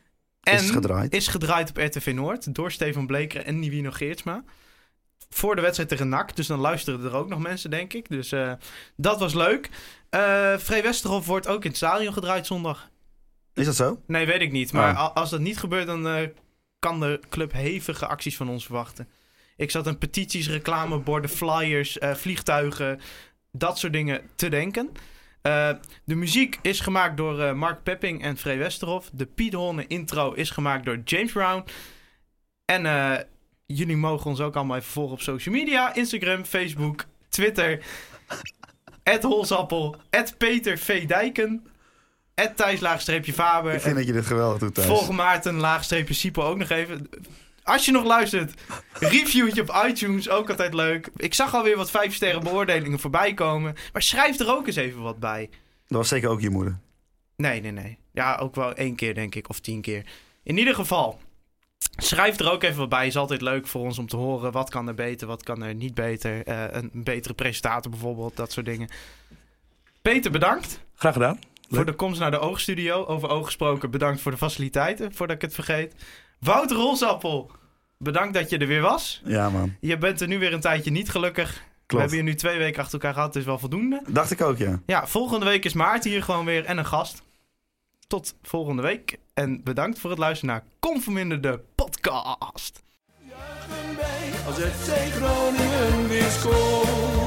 En is gedraaid op RTV Noord door Stefan Bleker en Nivino Geertsma. Voor de wedstrijd tegen NAC. Dus dan luisteren er ook nog mensen, denk ik. Dus dat was leuk. Vree Westerhof wordt ook in het stadion gedraaid zondag. Is dat zo? Nee, weet ik niet. Maar als dat niet gebeurt, dan kan de club hevige acties van ons verwachten. Ik zat aan petities, reclameborden, flyers, vliegtuigen, dat soort dingen te denken. De muziek is gemaakt door Mark Pepping en Vree Westerhof. De Piet Honne intro is gemaakt door James Brown. En jullie mogen ons ook allemaal even volgen op social media. Instagram, Facebook, Twitter. @Holsappel, @Peter V. Dijken, @Thijs_Faber. Ik vind dat je dit geweldig doet, Thijs. Volg Maarten_Siepel ook nog even. Als je nog luistert, reviewtje op iTunes, ook altijd leuk. Ik zag alweer wat 5-sterren beoordelingen voorbij komen. Maar schrijf er ook eens even wat bij. Dat was zeker ook je moeder. Nee. Ja, ook wel 1 keer denk ik, of 10 keer. In ieder geval, schrijf er ook even wat bij. Is altijd leuk voor ons om te horen. Wat kan er beter, wat kan er niet beter. Een betere presentator bijvoorbeeld, dat soort dingen. Peter, bedankt. Graag gedaan. Voor de komst naar de Oogstudio. Over oog gesproken, bedankt voor de faciliteiten, voordat ik het vergeet. Wouter Holsappel, bedankt dat je er weer was. Ja, man. Je bent er nu weer een tijdje niet, gelukkig. Klopt. We hebben je nu 2 weken achter elkaar gehad, dus wel voldoende. Dacht ik ook, ja. Ja, volgende week is Maarten hier gewoon weer en een gast. Tot volgende week. En bedankt voor het luisteren naar Conforminder, de podcast. Juichen wij als FC Groningen weer scoort.